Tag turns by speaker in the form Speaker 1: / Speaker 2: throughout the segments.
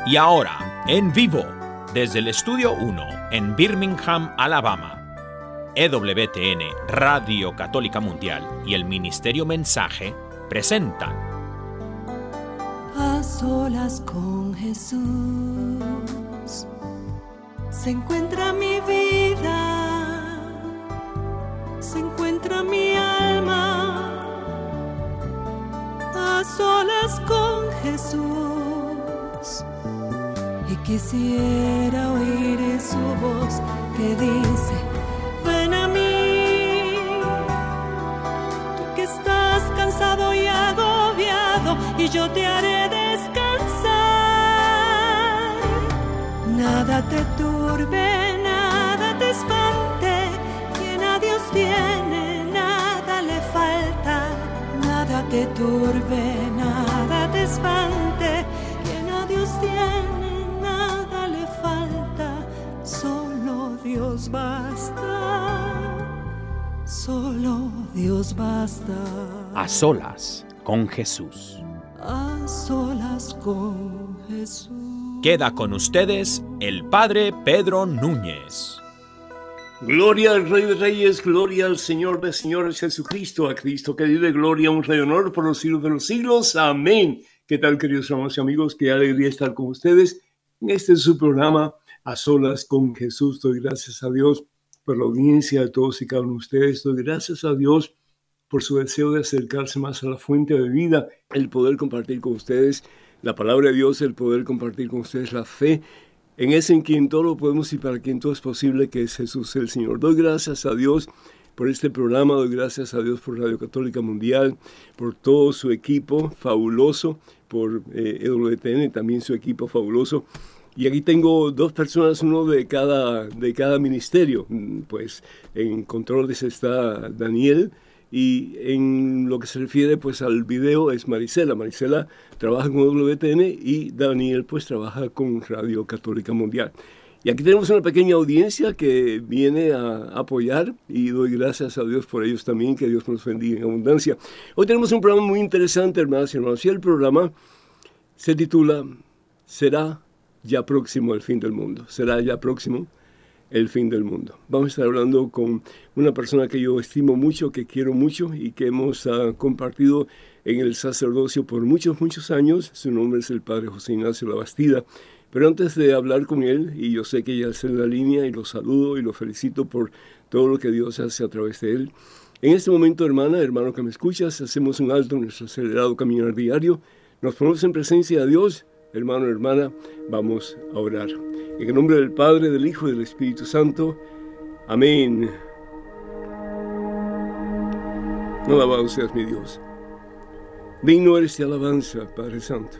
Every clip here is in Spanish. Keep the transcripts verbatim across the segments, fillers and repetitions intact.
Speaker 1: Y ahora, en vivo, desde el Estudio uno en Birmingham, Alabama, E W T N Radio Católica Mundial y el Ministerio Mensaje presentan
Speaker 2: A solas con Jesús se encuentra mi vida, se encuentra mi alma. A solas con Jesús, y quisiera oír su voz que dice: ven a mí, tú que estás cansado y agobiado, y yo te haré descansar. Nada te turbe, nada te espante, quien a Dios tiene, nada le falta. Nada te turbe, nada te espante, quien a Dios tiene, nada le falta. Solo Dios basta, solo Dios basta.
Speaker 1: A solas con Jesús.
Speaker 2: A solas con Jesús.
Speaker 1: Queda con ustedes el Padre Pedro Núñez.
Speaker 3: Gloria al Rey de Reyes, gloria al Señor de Señores, Jesucristo, a Cristo que vive, gloria, honra y honor por los siglos de los siglos. Amén. ¿Qué tal, queridos hermanos y amigos? Qué alegría estar con ustedes en este su programa, A Solas con Jesús. Doy gracias a Dios por la audiencia de todos y cada uno de ustedes. Doy gracias a Dios por su deseo de acercarse más a la fuente de vida, el poder compartir con ustedes la palabra de Dios, el poder compartir con ustedes la fe en ese en quien todo lo podemos y para quien todo es posible, que es Jesús el Señor. Doy gracias a Dios por este programa, doy gracias a Dios por Radio Católica Mundial, por todo su equipo fabuloso, por eh, E W T N, también su equipo fabuloso. Y aquí tengo dos personas, uno de cada, de cada ministerio. Pues en controles está Daniel, y en lo que se refiere pues al video es Marisela. Marisela trabaja con E W T N y Daniel pues trabaja con Radio Católica Mundial. Y aquí tenemos una pequeña audiencia que viene a apoyar, y doy gracias a Dios por ellos también, que Dios nos bendiga en abundancia. Hoy tenemos un programa muy interesante, hermanas y hermanos, y el programa se titula ¿Será ya próximo el fin del mundo? ¿Será ya próximo el fin del mundo? Vamos a estar hablando con una persona que yo estimo mucho, que quiero mucho y que hemos uh, compartido en el sacerdocio por muchos, muchos años. Su nombre es el Padre José Ignacio Labastida. Pero antes de hablar con él, y yo sé que ya está en la línea, y lo saludo y lo felicito por todo lo que Dios hace a través de él. En este momento, hermana, hermano que me escuchas, hacemos un alto en nuestro acelerado caminar diario. Nos ponemos en presencia de Dios. Hermano, hermana, vamos a orar. En el nombre del Padre, del Hijo y del Espíritu Santo. Amén. Alabado seas mi Dios. Digno eres de alabanza, Padre Santo.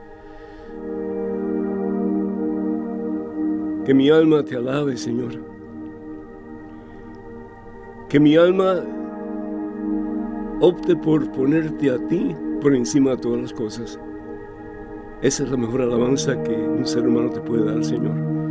Speaker 3: Que mi alma te alabe, Señor. Que mi alma opte por ponerte a ti por encima de todas las cosas. Esa es la mejor alabanza que un ser humano te puede dar, Señor.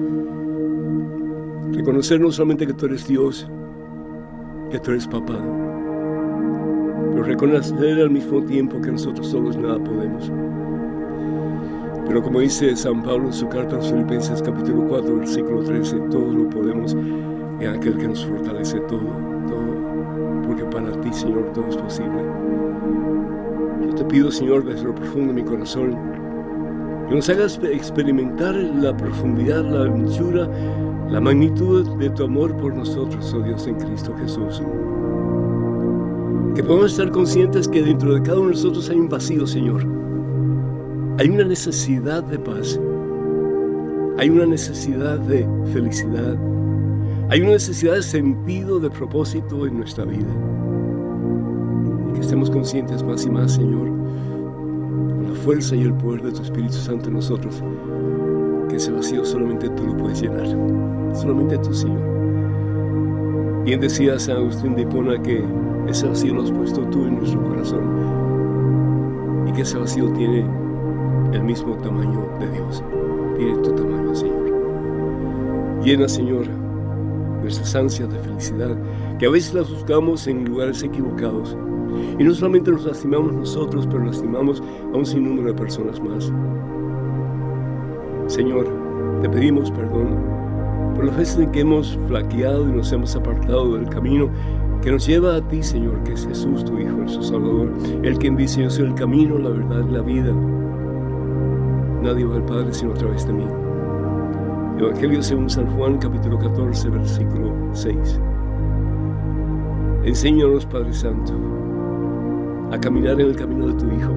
Speaker 3: Reconocer no solamente que tú eres Dios, que tú eres papá, pero reconocer al mismo tiempo que nosotros solos nada podemos. Pero como dice San Pablo en su carta a los Filipenses capítulo cuatro, versículo trece, todos lo podemos en aquel que nos fortalece, todo, todo, porque para ti, Señor, todo es posible. Yo te pido, Señor, desde lo profundo de mi corazón, que nos hagas experimentar la profundidad, la anchura, la magnitud de tu amor por nosotros, oh Dios, en Cristo Jesús. Que podamos estar conscientes que dentro de cada uno de nosotros hay un vacío, Señor. Hay una necesidad de paz. Hay una necesidad de felicidad. Hay una necesidad de sentido, de propósito en nuestra vida. Y que estemos conscientes más y más, Señor, fuerza y el poder de tu Espíritu Santo en nosotros, que ese vacío solamente tú lo puedes llenar, solamente tú, Señor. Bien decía San Agustín de Hipona que ese vacío lo has puesto tú en nuestro corazón, y que ese vacío tiene el mismo tamaño de Dios, tiene tu tamaño, Señor. Llena, Señor, nuestras ansias de felicidad, que a veces las buscamos en lugares equivocados. Y no solamente nos lastimamos nosotros, pero lastimamos a un sinnúmero de personas más. Señor, te pedimos perdón por las veces en que hemos flaqueado y nos hemos apartado del camino que nos lleva a ti, Señor, que es Jesús, tu Hijo, nuestro Salvador, el quien dice: yo soy el camino, la verdad y la vida. Nadie va al Padre sino a través de mí. Evangelio según San Juan, capítulo catorce, versículo seis. Enséñanos, Padre Santo, a caminar en el camino de tu Hijo,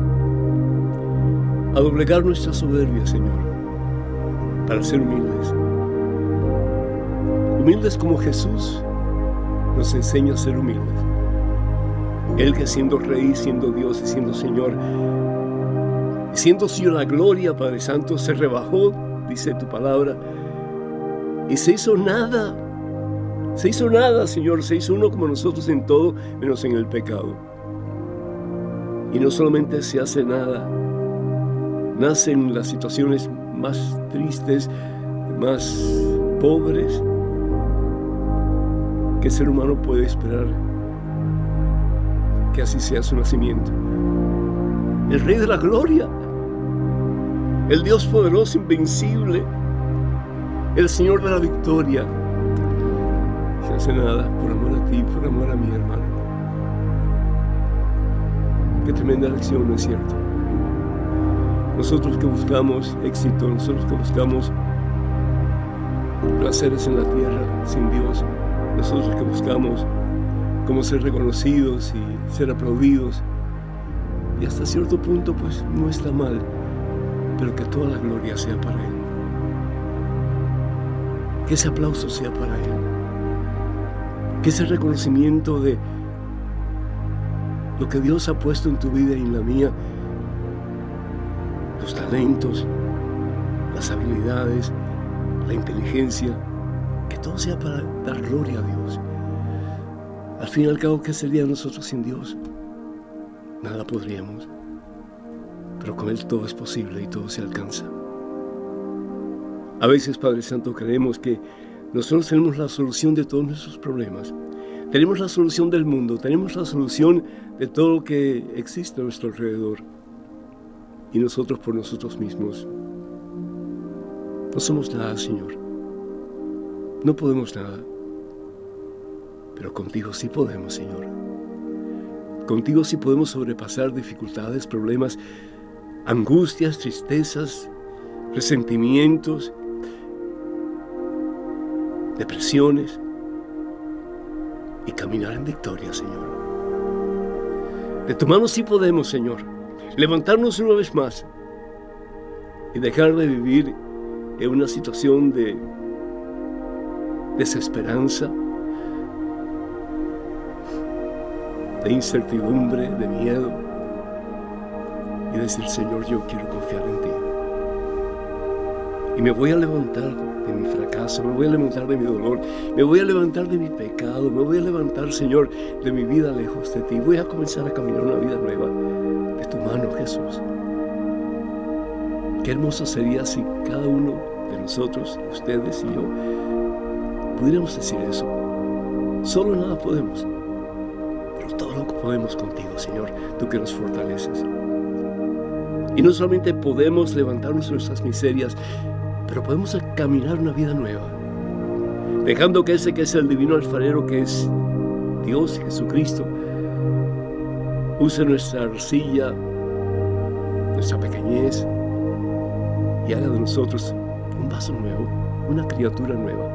Speaker 3: a doblegar nuestra soberbia, Señor, para ser humildes. Humildes como Jesús nos enseña a ser humildes. Él que siendo Rey, siendo Dios y siendo Señor, siendo suyo la gloria, Padre Santo, se rebajó, dice tu palabra, y se hizo nada. Se hizo nada, Señor, se hizo uno como nosotros en todo, menos en el pecado. Y no solamente se hace nada, nacen las situaciones más tristes, más pobres que el ser humano puede esperar que así sea su nacimiento. El Rey de la Gloria, el Dios poderoso, invencible, el Señor de la victoria, se hace nada por amor a ti, por amor a mi hermano. Qué tremenda lección, ¿no es cierto? Nosotros que buscamos éxito, nosotros que buscamos placeres en la tierra sin Dios, nosotros que buscamos cómo ser reconocidos y ser aplaudidos, y hasta cierto punto pues no está mal, pero que toda la gloria sea para Él, que ese aplauso sea para Él, que ese reconocimiento de lo que Dios ha puesto en tu vida y en la mía, los talentos, las habilidades, la inteligencia, que todo sea para dar gloria a Dios. Al fin y al cabo, ¿qué sería nosotros sin Dios? Nada podríamos, pero con Él todo es posible y todo se alcanza. A veces, Padre Santo, creemos que nosotros tenemos la solución de todos nuestros problemas. Tenemos la solución del mundo, tenemos la solución de todo lo que existe a nuestro alrededor. Y nosotros por nosotros mismos no somos nada, Señor. No podemos nada. Pero contigo sí podemos, Señor. Contigo sí podemos sobrepasar dificultades, problemas, angustias, tristezas, resentimientos, depresiones, y caminar en victoria, Señor. De tu mano sí podemos, Señor, levantarnos una vez más y dejar de vivir en una situación de desesperanza, de incertidumbre, de miedo, y decir: Señor, yo quiero confiar en ti. Y me voy a levantar de mi fracaso, me voy a levantar de mi dolor, me voy a levantar de mi pecado, me voy a levantar, Señor, de mi vida lejos de ti. Voy a comenzar a caminar una vida nueva de tu mano, Jesús. Qué hermoso sería si cada uno de nosotros, ustedes y yo, pudiéramos decir eso. Solo nada podemos, pero todo lo que podemos contigo, Señor, tú que nos fortaleces. Y no solamente podemos levantarnos de nuestras miserias, pero podemos caminar una vida nueva, dejando que ese que es el divino alfarero, que es Dios, Jesucristo, use nuestra arcilla, nuestra pequeñez, y haga de nosotros un vaso nuevo, una criatura nueva.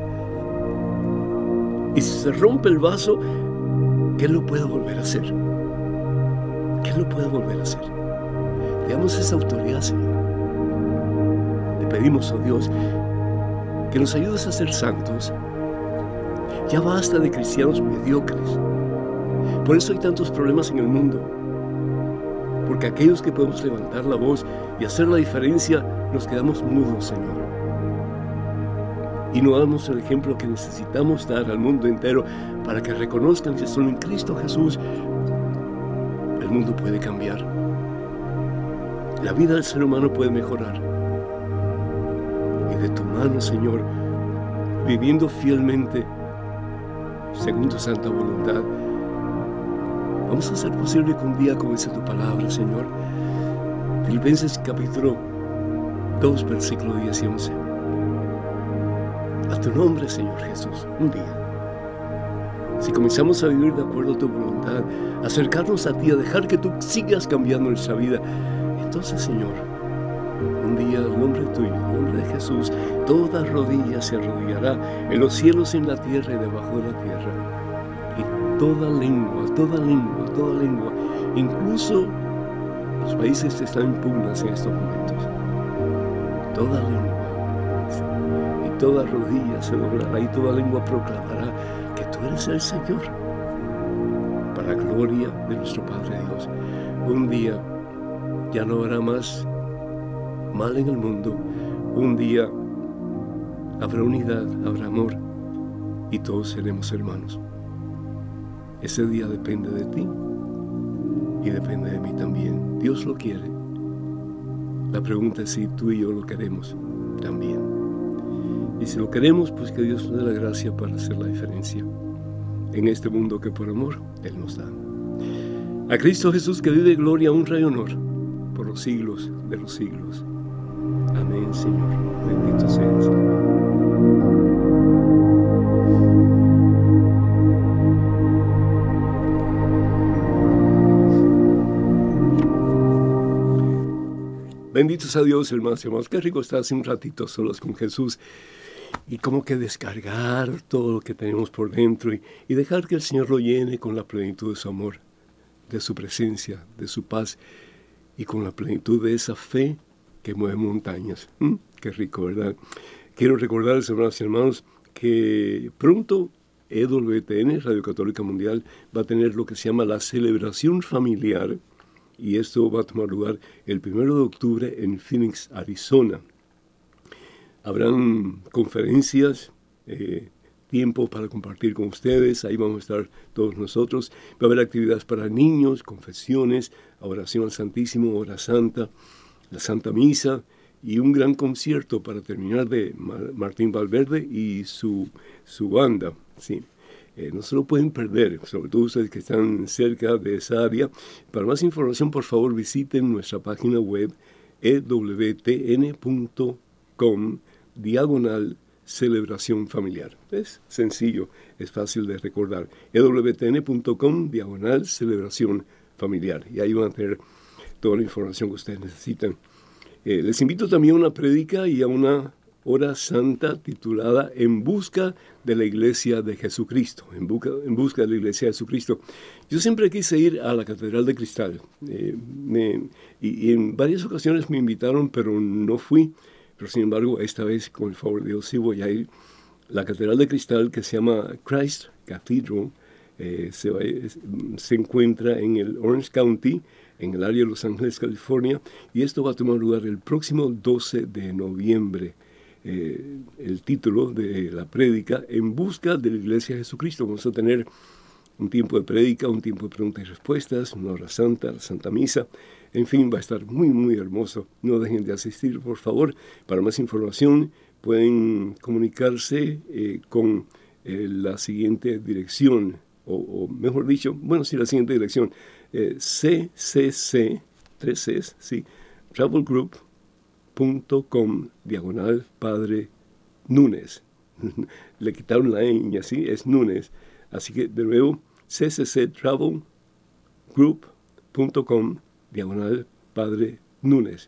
Speaker 3: Y si se rompe el vaso, que Él lo pueda volver a hacer. Que Él lo pueda volver a hacer. Veamos esa autoridad, Señor. Te pedimos, oh Dios, que nos ayudes a ser santos. Ya basta de cristianos mediocres. Por eso hay tantos problemas en el mundo. Porque aquellos que podemos levantar la voz y hacer la diferencia, nos quedamos mudos, Señor. Y no damos el ejemplo que necesitamos dar al mundo entero para que reconozcan que solo en Cristo Jesús el mundo puede cambiar. La vida del ser humano puede mejorar. Y de tu mano, Señor, viviendo fielmente según tu santa voluntad, vamos a hacer posible que un día, como dice tu palabra, Señor, Filipenses capítulo dos, versículos diez y once. A tu nombre, Señor Jesús, un día. Si comenzamos a vivir de acuerdo a tu voluntad, a acercarnos a ti, a dejar que tú sigas cambiando nuestra vida, entonces, Señor, un día el nombre tuyo, el nombre de Jesús, toda rodilla se arrodillará en los cielos, en la tierra y debajo de la tierra. Y toda lengua, toda lengua, toda lengua, incluso los países que están en pugnas en estos momentos, toda lengua y toda rodilla se doblará y toda lengua proclamará que tú eres el Señor, para gloria de nuestro Padre Dios. Un día ya no habrá más mal en el mundo. Un día habrá unidad, habrá amor y todos seremos hermanos. Ese día depende de ti y depende de mí también. Dios lo quiere. La pregunta es si tú y yo lo queremos también. Y si lo queremos, pues que Dios nos dé la gracia para hacer la diferencia en este mundo que por amor Él nos da. A Cristo Jesús, que vive gloria, honra y honor por los siglos de los siglos. Amén, Señor. Bendito seas. Amén. Benditos a Dios, hermanos y hermanos. Qué rico estar hace un ratito solos con Jesús y como que descargar todo lo que tenemos por dentro y, y dejar que el Señor lo llene con la plenitud de su amor, de su presencia, de su paz y con la plenitud de esa fe que mueve montañas. ¿Mm? Qué rico, ¿verdad? Quiero recordarles, hermanos y hermanos, que pronto E W T N, Radio Católica Mundial, va a tener lo que se llama la celebración familiar, y esto va a tomar lugar el primero de octubre en Phoenix, Arizona. Habrán conferencias, eh, tiempo para compartir con ustedes, ahí vamos a estar todos nosotros. Va a haber actividades para niños, confesiones, oración al Santísimo, hora santa, la Santa Misa y un gran concierto para terminar de Mar- Martín Valverde y su, su banda. Sí. Eh, no se lo pueden perder, sobre todo ustedes que están cerca de esa área. Para más información, por favor, visiten nuestra página web e w t n punto com diagonal celebración familiar. Es sencillo, es fácil de recordar. e w t n punto com diagonal celebración familiar. Y ahí van a tener toda la información que ustedes necesitan. Eh, les invito también a una prédica y a una hora santa titulada En busca de la Iglesia de Jesucristo. En busca, en busca de la Iglesia de Jesucristo. Yo siempre quise ir a la Catedral de Cristal. Eh, me, y, y en varias ocasiones me invitaron, pero no fui. Pero sin embargo, esta vez, con el favor de Dios, sí voy a ir. La Catedral de Cristal, que se llama Christ Cathedral, eh, se, va, se encuentra en el Orange County, en el área de Los Ángeles, California, y esto va a tomar lugar el próximo doce de noviembre. Eh, el título de la prédica, En busca de la Iglesia de Jesucristo. Vamos a tener un tiempo de prédica, un tiempo de preguntas y respuestas, una hora santa, la Santa Misa. En fin, va a estar muy, muy hermoso. No dejen de asistir, por favor. Para más información, pueden comunicarse eh, con eh, la siguiente dirección, o, o mejor dicho, bueno, sí, la siguiente dirección, eh, C C C, tres Cs, sí, Travel Group, punto com, diagonal Padre Núñez. Le quitaron la ñ, así es Núñez. Así que de nuevo, c c c travel group punto com, diagonal Padre Núñez.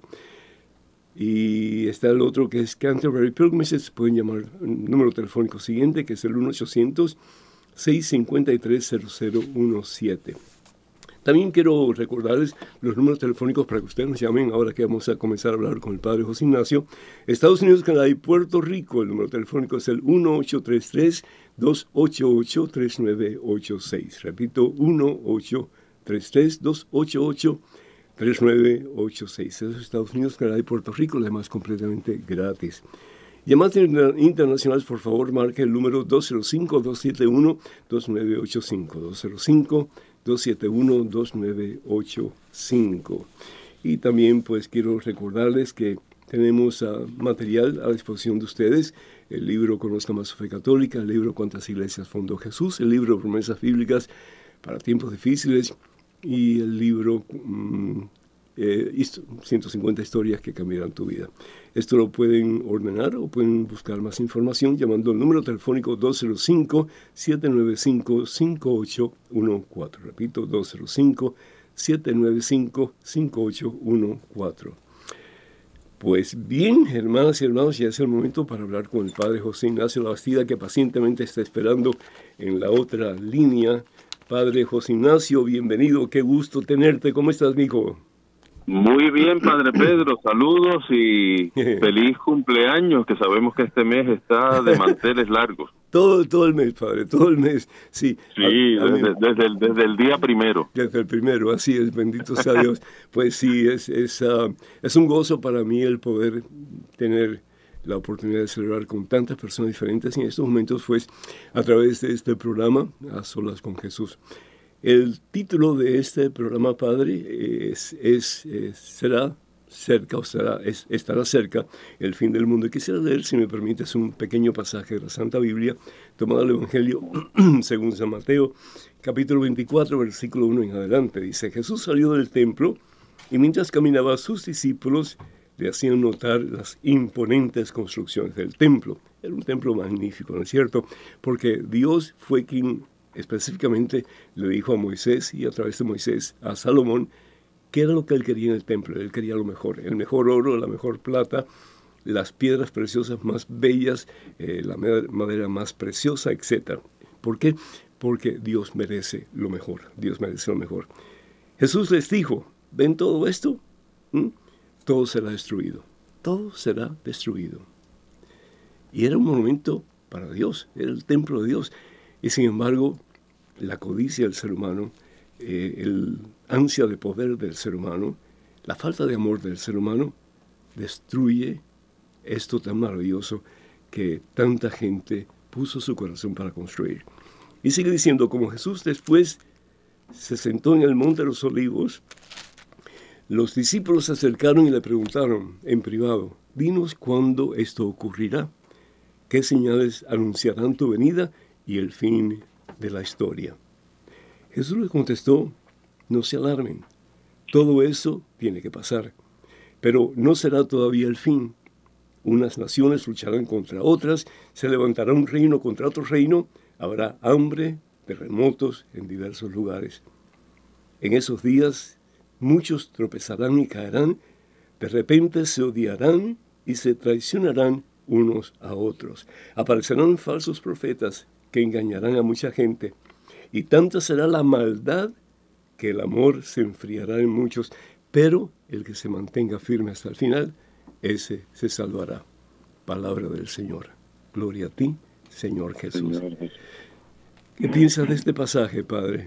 Speaker 3: Y está el otro que es Canterbury Pilgrimages. Pueden llamar el número telefónico siguiente, que es el uno ochocientos, seiscientos cincuenta y tres, cero cero diecisiete. También quiero recordarles los números telefónicos para que ustedes nos llamen ahora que vamos a comenzar a hablar con el Padre José Ignacio. Estados Unidos, Canadá y Puerto Rico, el número telefónico es el uno ocho tres tres, dos ocho ocho, tres nueve ocho seis. Repito, uno ocho tres tres, dos ocho ocho, tres nueve ocho seis. Eso es Estados Unidos, Canadá y Puerto Rico, lo demás completamente gratis. Llamadas internacionales, por favor, marque el número dos cero cinco, dos siete uno, dos nueve ocho cinco, dos cero cinco, dos siete uno, dos nueve ocho cinco. Y también pues quiero recordarles que tenemos uh, material a disposición de ustedes, el libro Conozca más su fe católica, el libro Cuántas iglesias fundó Jesús, el libro Promesas bíblicas para tiempos difíciles y el libro um, eh, ciento cincuenta historias que cambiarán tu vida. Esto lo pueden ordenar o pueden buscar más información llamando al número telefónico dos cero cinco, siete nueve cinco, cinco ocho uno cuatro. Repito, dos cero cinco, siete nueve cinco, cinco ocho uno cuatro. Pues bien, hermanas y hermanos, ya es el momento para hablar con el Padre José Ignacio Labastida, que pacientemente está esperando en la otra línea. Padre José Ignacio, bienvenido, qué gusto tenerte. ¿Cómo estás, mijo?
Speaker 4: Muy bien, Padre Pedro, saludos y feliz cumpleaños, que sabemos que este mes está de manteles largos.
Speaker 3: Todo, todo el mes, Padre, todo el mes, sí.
Speaker 4: Sí, a, a desde, desde, el, desde el día primero.
Speaker 3: Desde el primero, así es, bendito sea Dios. Pues sí, es, es, uh, es un gozo para mí el poder tener la oportunidad de celebrar con tantas personas diferentes y en estos momentos, pues, a través de este programa, A Solas con Jesús. El título de este programa, Padre, es, es, es será cerca o será, es, estará cerca el fin del mundo. Y quisiera leer, si me permites, un pequeño pasaje de la Santa Biblia, tomado del Evangelio según San Mateo, capítulo veinticuatro, versículo uno en adelante. Dice, Jesús salió del templo y mientras caminaba sus discípulos le hacían notar las imponentes construcciones del templo. Era un templo magnífico, ¿no es cierto? Porque Dios fue quien específicamente le dijo a Moisés y a través de Moisés a Salomón qué era lo que él quería en el templo. Él quería lo mejor, el mejor oro, la mejor plata, las piedras preciosas más bellas, eh, la madera más preciosa, etcétera. ¿Por qué? Porque Dios merece lo mejor, Dios merece lo mejor. Jesús les dijo, ¿ven todo esto? ¿Mm? Todo será destruido, todo será destruido. Y era un monumento para Dios, era el templo de Dios. Y sin embargo, la codicia del ser humano, eh, el ansia de poder del ser humano, la falta de amor del ser humano, destruye esto tan maravilloso que tanta gente puso su corazón para construir. Y sigue diciendo, como Jesús después se sentó en el monte de los olivos, los discípulos se acercaron y le preguntaron en privado, dinos cuándo esto ocurrirá, qué señales anunciarán tu venida y el fin de la historia. Jesús les contestó, no se alarmen, todo eso tiene que pasar, pero no será todavía el fin. Unas naciones lucharán contra otras, se levantará un reino contra otro reino, habrá hambre, terremotos en diversos lugares. En esos días muchos tropezarán y caerán, de repente se odiarán y se traicionarán unos a otros. Aparecerán falsos profetas que engañarán a mucha gente, y tanta será la maldad que el amor se enfriará en muchos, pero el que se mantenga firme hasta el final, ese se salvará. Palabra del Señor. Gloria a ti, Señor Jesús. Señor Jesús. ¿Qué piensas de este pasaje, Padre?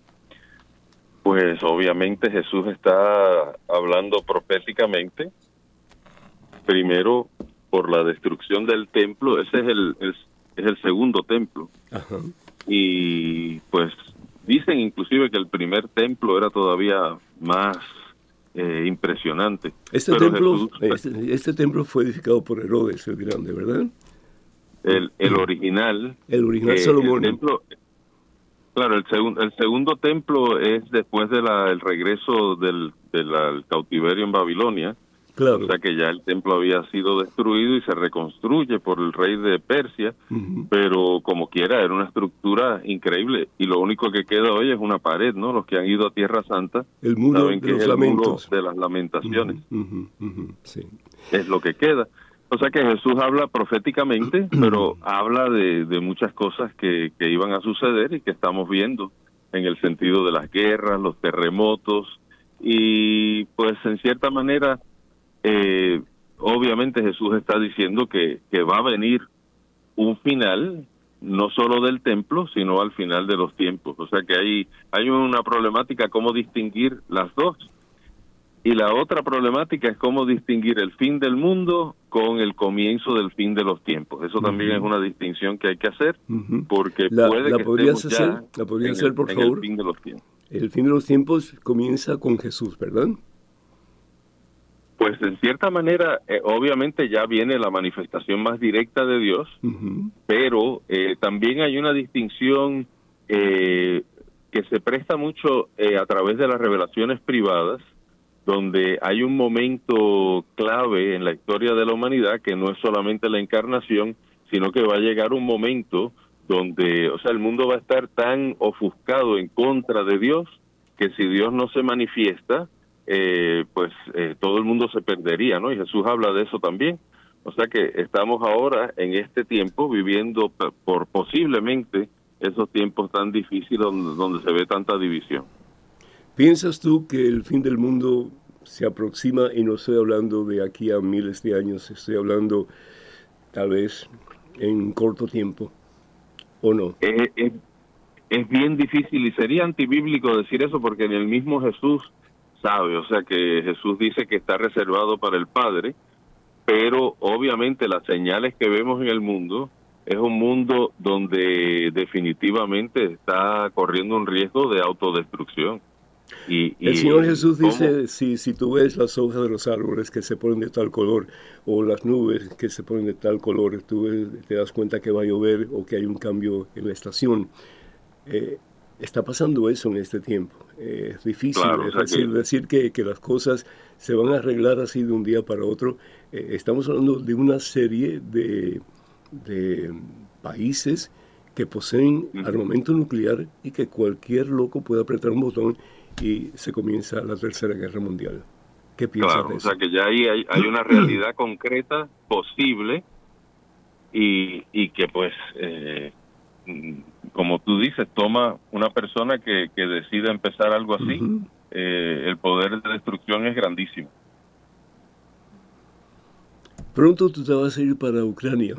Speaker 4: Pues obviamente Jesús está hablando proféticamente, primero por la destrucción del templo. Ese es el, el es el segundo templo. Ajá. Y pues dicen inclusive que el primer templo era todavía más eh, impresionante.
Speaker 3: Este templo, Jesús, este, este templo fue edificado por Herodes el Grande, ¿verdad?
Speaker 4: El, el original.
Speaker 3: El original eh, Salomón.
Speaker 4: El templo, claro, el, segun, el segundo templo es después del de regreso del, del cautiverio en Babilonia. Claro. O sea que ya el templo había sido destruido y se reconstruye por el rey de Persia, uh-huh. Pero como quiera era una estructura increíble y lo único que queda hoy es una pared, ¿no? Los que han ido a Tierra Santa
Speaker 3: el muro
Speaker 4: saben
Speaker 3: de
Speaker 4: que
Speaker 3: los
Speaker 4: es el
Speaker 3: lamentos.
Speaker 4: muro de las lamentaciones.
Speaker 3: Uh-huh, uh-huh, sí.
Speaker 4: Es lo que queda. O sea que Jesús habla proféticamente, pero habla de, de muchas cosas que, que iban a suceder y que estamos viendo en el sentido de las guerras, los terremotos y pues en cierta manera Eh, obviamente Jesús está diciendo que, que va a venir un final, no solo del templo, sino al final de los tiempos. O sea que hay, hay una problemática cómo distinguir las dos. Y la otra problemática es cómo distinguir el fin del mundo con el comienzo del fin de los tiempos. Eso también uh-huh. es una distinción que hay que hacer, uh-huh. porque
Speaker 3: la,
Speaker 4: puede
Speaker 3: la
Speaker 4: que
Speaker 3: podrías
Speaker 4: estemos
Speaker 3: hacer,
Speaker 4: ya
Speaker 3: la podrías
Speaker 4: en,
Speaker 3: hacer, por
Speaker 4: el,
Speaker 3: favor.
Speaker 4: en el fin de los tiempos.
Speaker 3: El fin de los tiempos comienza con Jesús, ¿verdad?
Speaker 4: Pues en cierta manera, eh, obviamente ya viene la manifestación más directa de Dios, uh-huh. pero eh, también hay una distinción eh, que se presta mucho eh, a través de las revelaciones privadas donde hay un momento clave en la historia de la humanidad que no es solamente la encarnación, sino que va a llegar un momento donde, o sea, el mundo va a estar tan ofuscado en contra de Dios que si Dios no se manifiesta, eh, pues eh, todo el mundo se perdería, ¿no? Y Jesús habla de eso también. O sea que estamos ahora en este tiempo viviendo por, por posiblemente esos tiempos tan difíciles donde, donde se ve tanta división.
Speaker 3: ¿Piensas tú que el fin del mundo se aproxima? Y no estoy hablando de aquí a miles de años, estoy hablando tal vez en corto tiempo, ¿o no?
Speaker 4: Es, es, es bien difícil y sería antibíblico decir eso porque ni el mismo Jesús sabe, o sea que Jesús dice que está reservado para el Padre, pero obviamente las señales que vemos en el mundo es un mundo donde definitivamente está corriendo un riesgo de autodestrucción. Y, y
Speaker 3: el Señor Jesús
Speaker 4: ¿cómo?
Speaker 3: dice, si, si tú ves las hojas de los árboles que se ponen de tal color, o las nubes que se ponen de tal color, tú ves, te das cuenta que va a llover o que hay un cambio en la estación. Eh, está pasando eso en este tiempo. Eh, es difícil,
Speaker 4: Claro,
Speaker 3: es
Speaker 4: o sea
Speaker 3: decir,
Speaker 4: que...
Speaker 3: decir que, que las cosas se van a arreglar así de un día para otro. Eh, estamos hablando de una serie de, de países que poseen uh-huh. armamento nuclear y que cualquier loco puede apretar un botón y se comienza la Tercera Guerra Mundial. ¿Qué piensas
Speaker 4: claro,
Speaker 3: de eso?
Speaker 4: O sea que ya ahí hay, hay una realidad concreta, posible, y, y que pues, eh, como tú dices, toma una persona que, que decida empezar algo así, uh-huh. eh, el poder de destrucción es grandísimo.
Speaker 3: Pronto tú te vas a ir para Ucrania.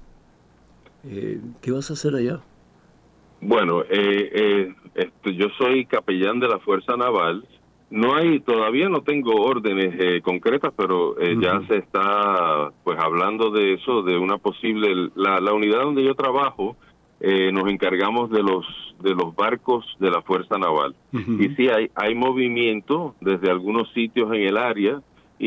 Speaker 3: Eh, ¿Qué vas a hacer allá?
Speaker 4: Bueno, eh, eh, esto, yo soy capellán de la Fuerza Naval. No hay, todavía no tengo órdenes eh, concretas, pero eh, uh-huh. ya se está pues hablando de eso, de una posible, la, la unidad donde yo trabajo, eh, nos encargamos de los de los barcos de la Fuerza Naval. Uh-huh. Y sí hay hay movimiento desde algunos sitios en el área.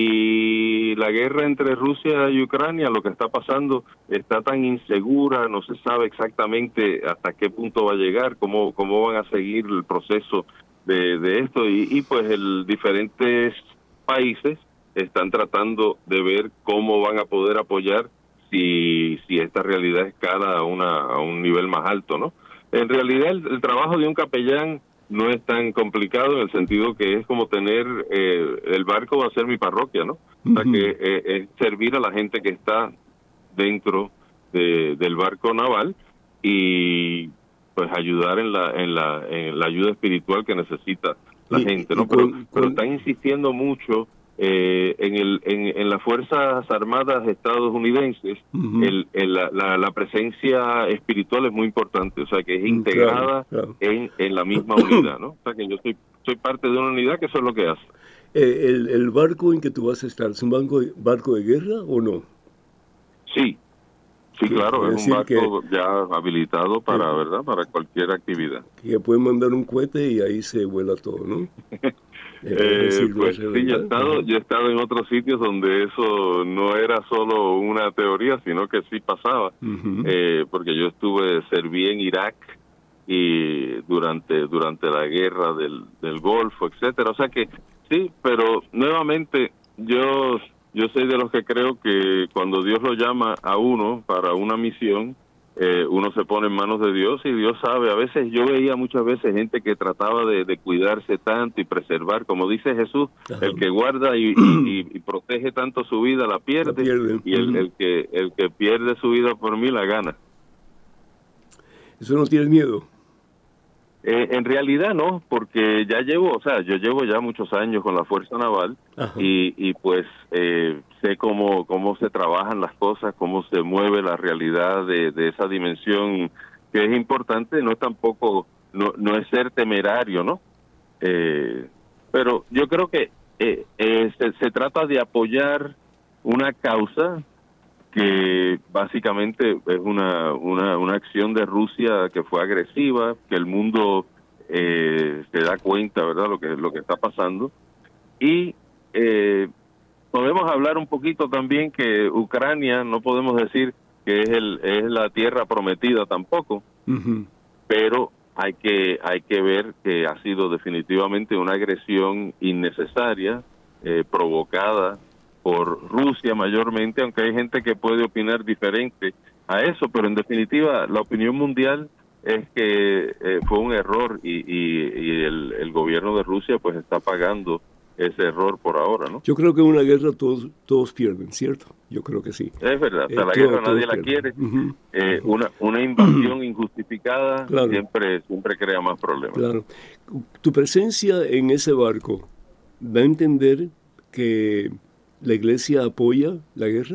Speaker 4: Y la guerra entre Rusia y Ucrania, lo que está pasando, está tan insegura, no se sabe exactamente hasta qué punto va a llegar, cómo cómo van a seguir el proceso de, de esto, y, y pues el diferentes países están tratando de ver cómo van a poder apoyar si si esta realidad escala a, una, a un nivel más alto, ¿no? En realidad el, el trabajo de un capellán no es tan complicado en el sentido que es como tener, eh, el barco va a ser mi parroquia, ¿no? Uh-huh. O sea que eh, es servir a la gente que está dentro de, del barco naval y pues ayudar en la en la en la ayuda espiritual que necesita la y, gente, ¿no? Pero, con, pero están insistiendo mucho eh, en el en, en las Fuerzas Armadas estadounidenses. Uh-huh. el, el, la, la, la presencia espiritual es muy importante, o sea que es integrada claro, claro. En, en la misma unidad, ¿no? O sea que yo soy soy parte de una unidad que eso es lo que hace.
Speaker 3: Eh, el, ¿El barco en que tú vas a estar es un barco, barco de guerra o no?
Speaker 4: Sí, sí, claro, es un barco que, ya habilitado para, eh, ¿verdad? Para cualquier actividad.
Speaker 3: Que pueden mandar un cohete y ahí se vuela todo, ¿no?
Speaker 4: Eh, decir, pues sí, yo he, estado, yo he estado en otros sitios donde eso no era solo una teoría, sino que sí pasaba, uh-huh. eh, porque yo estuve, serví en Irak y durante durante la guerra del, del Golfo, etcétera, o sea que sí, pero nuevamente yo yo soy de los que creo que cuando Dios lo llama a uno para una misión, Eh, uno se pone en manos de Dios y Dios sabe. A veces yo veía muchas veces gente que trataba de, de cuidarse tanto y preservar, como dice Jesús, Ajá. el que guarda y, y, y protege tanto su vida la pierde, la pierde. y el, el que el que pierde su vida por mí la gana.
Speaker 3: ¿Eso no tiene miedo?
Speaker 4: Eh, en realidad no, porque ya llevo, o sea, yo llevo ya muchos años con la Fuerza Naval y, y pues eh, sé cómo cómo se trabajan las cosas, cómo se mueve la realidad de, de esa dimensión que es importante. No es tampoco, no, no es ser temerario, ¿no? Eh, pero yo creo que eh, eh, se, se trata de apoyar una causa que básicamente es una, una una acción de Rusia que fue agresiva, que el mundo eh, se da cuenta, ¿verdad?, lo que lo que está pasando. Y eh, podemos hablar un poquito también que Ucrania, no podemos decir que es el es la tierra prometida tampoco, uh-huh. pero hay que hay que ver que ha sido definitivamente una agresión innecesaria eh, provocada por Rusia mayormente, aunque hay gente que puede opinar diferente a eso, pero en definitiva la opinión mundial es que eh, fue un error y, y, y el, el gobierno de Rusia pues está pagando ese error por ahora, ¿no?
Speaker 3: Yo creo que en una guerra todos todos pierden, ¿cierto? Yo creo que sí.
Speaker 4: Es verdad, o sea,
Speaker 3: eh,
Speaker 4: la
Speaker 3: todo,
Speaker 4: guerra nadie la
Speaker 3: pierden.
Speaker 4: quiere.
Speaker 3: Uh-huh.
Speaker 4: Eh, una, una invasión injustificada
Speaker 3: claro.
Speaker 4: siempre, siempre crea más problemas.
Speaker 3: Claro. Tu presencia en ese barco da a entender que la iglesia apoya la guerra.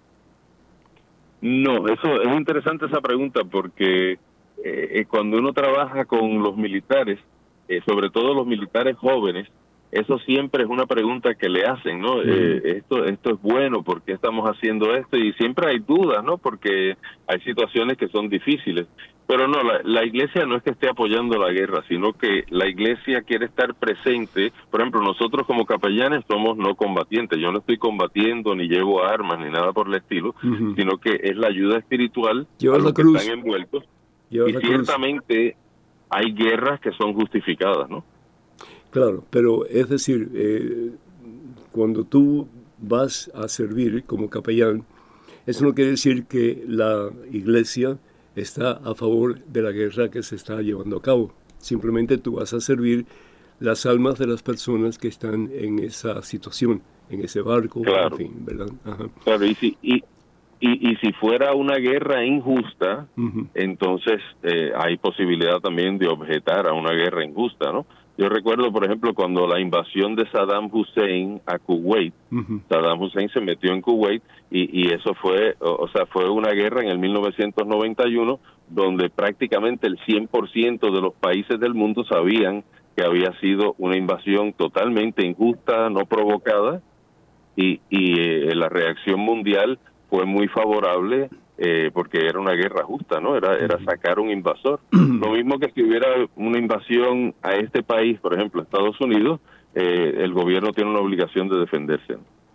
Speaker 4: No, eso es interesante esa pregunta porque eh, cuando uno trabaja con los militares, eh, sobre todo los militares jóvenes, eso siempre es una pregunta que le hacen, ¿no? Mm. Eh, esto esto es bueno, ¿por qué estamos haciendo esto? Y siempre hay dudas, ¿no? Porque hay situaciones que son difíciles. Pero no, la, la iglesia no es que esté apoyando la guerra, sino que la iglesia quiere estar presente. Por ejemplo, nosotros como capellanes somos no combatientes. Yo no estoy combatiendo, ni llevo armas, ni nada por el estilo, uh-huh. sino que es la ayuda espiritual
Speaker 3: Lleva
Speaker 4: a los
Speaker 3: la
Speaker 4: que
Speaker 3: cruz.
Speaker 4: están envueltos.
Speaker 3: Lleva
Speaker 4: y
Speaker 3: la
Speaker 4: ciertamente
Speaker 3: cruz.
Speaker 4: Hay guerras que son justificadas, ¿no?
Speaker 3: Claro, pero es decir, eh, cuando tú vas a servir como capellán, eso no quiere decir que la iglesia está a favor de la guerra que se está llevando a cabo. Simplemente tú vas a servir las almas de las personas que están en esa situación, en ese barco,
Speaker 4: claro.
Speaker 3: en fin, ¿verdad? Ajá.
Speaker 4: Claro, y si, y, y, y si fuera una guerra injusta, uh-huh. entonces eh, hay posibilidad también de objetar a una guerra injusta, ¿no? Yo recuerdo, por ejemplo, cuando la invasión de Saddam Hussein a Kuwait, uh-huh. Saddam Hussein se metió en Kuwait y, y eso fue, o, o sea, fue una guerra en el mil novecientos noventa y uno donde prácticamente el cien por ciento de los países del mundo sabían que había sido una invasión totalmente injusta, no provocada, y, y eh, la reacción mundial fue muy favorable. Eh, porque era una guerra justa, ¿no? Era, era sacar un invasor. Lo mismo que si hubiera una invasión a este país, por ejemplo, Estados Unidos, eh, el gobierno tiene una obligación de defenderse.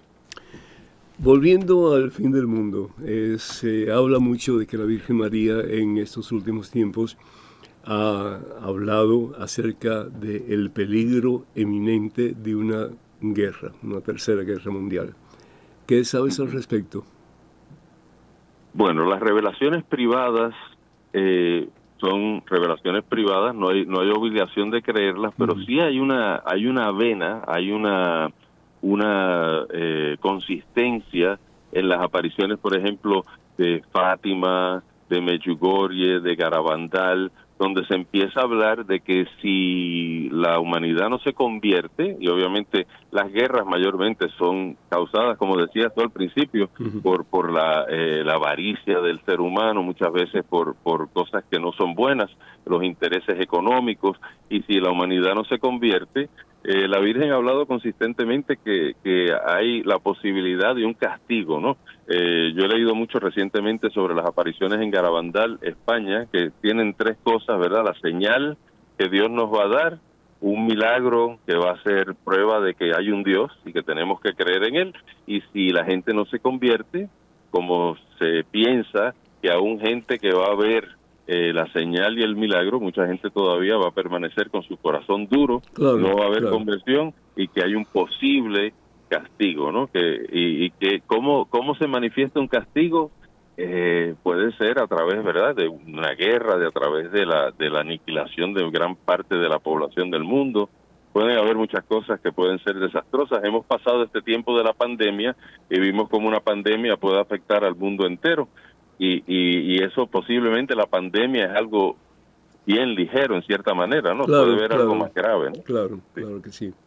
Speaker 3: Volviendo al fin del mundo, eh, se habla mucho de que la Virgen María en estos últimos tiempos ha hablado acerca del peligro eminente de una guerra, una tercera guerra mundial. ¿Qué sabes al respecto?
Speaker 4: Bueno, las revelaciones privadas eh, son revelaciones privadas, no hay no hay obligación de creerlas, pero uh-huh. sí hay una hay una vena, hay una una eh, consistencia en las apariciones, por ejemplo, de Fátima, de Medjugorje, de Garabandal, donde se empieza a hablar de que si la humanidad no se convierte, y obviamente las guerras mayormente son causadas, como decías tú al principio, uh-huh. por por la, eh, la avaricia del ser humano, muchas veces por, por cosas que no son buenas, los intereses económicos, y si la humanidad no se convierte, eh, la Virgen ha hablado consistentemente que, que hay la posibilidad de un castigo, ¿no? Eh, yo he leído mucho recientemente sobre las apariciones en Garabandal, España, que tienen tres cosas, ¿verdad? La señal que Dios nos va a dar, un milagro que va a ser prueba de que hay un Dios y que tenemos que creer en Él, y si la gente no se convierte, como se piensa que aún gente que va a ver eh, la señal y el milagro, mucha gente todavía va a permanecer con su corazón duro, claro, no va a haber claro. conversión, y que hay un posible castigo, ¿no? Que y, y que cómo cómo se manifiesta un castigo eh, puede ser a través, ¿verdad?, de una guerra, de a través de la de la aniquilación de gran parte de la población del mundo. Pueden haber muchas cosas que pueden ser desastrosas. Hemos pasado este tiempo de la pandemia y vimos cómo una pandemia puede afectar al mundo entero, y y, y eso posiblemente la pandemia es algo bien ligero en cierta manera, ¿no?
Speaker 3: Claro,
Speaker 4: puede haber
Speaker 3: claro,
Speaker 4: algo más grave, ¿no?
Speaker 3: Claro, sí. Claro que sí.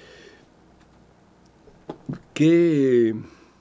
Speaker 3: ¿Qué,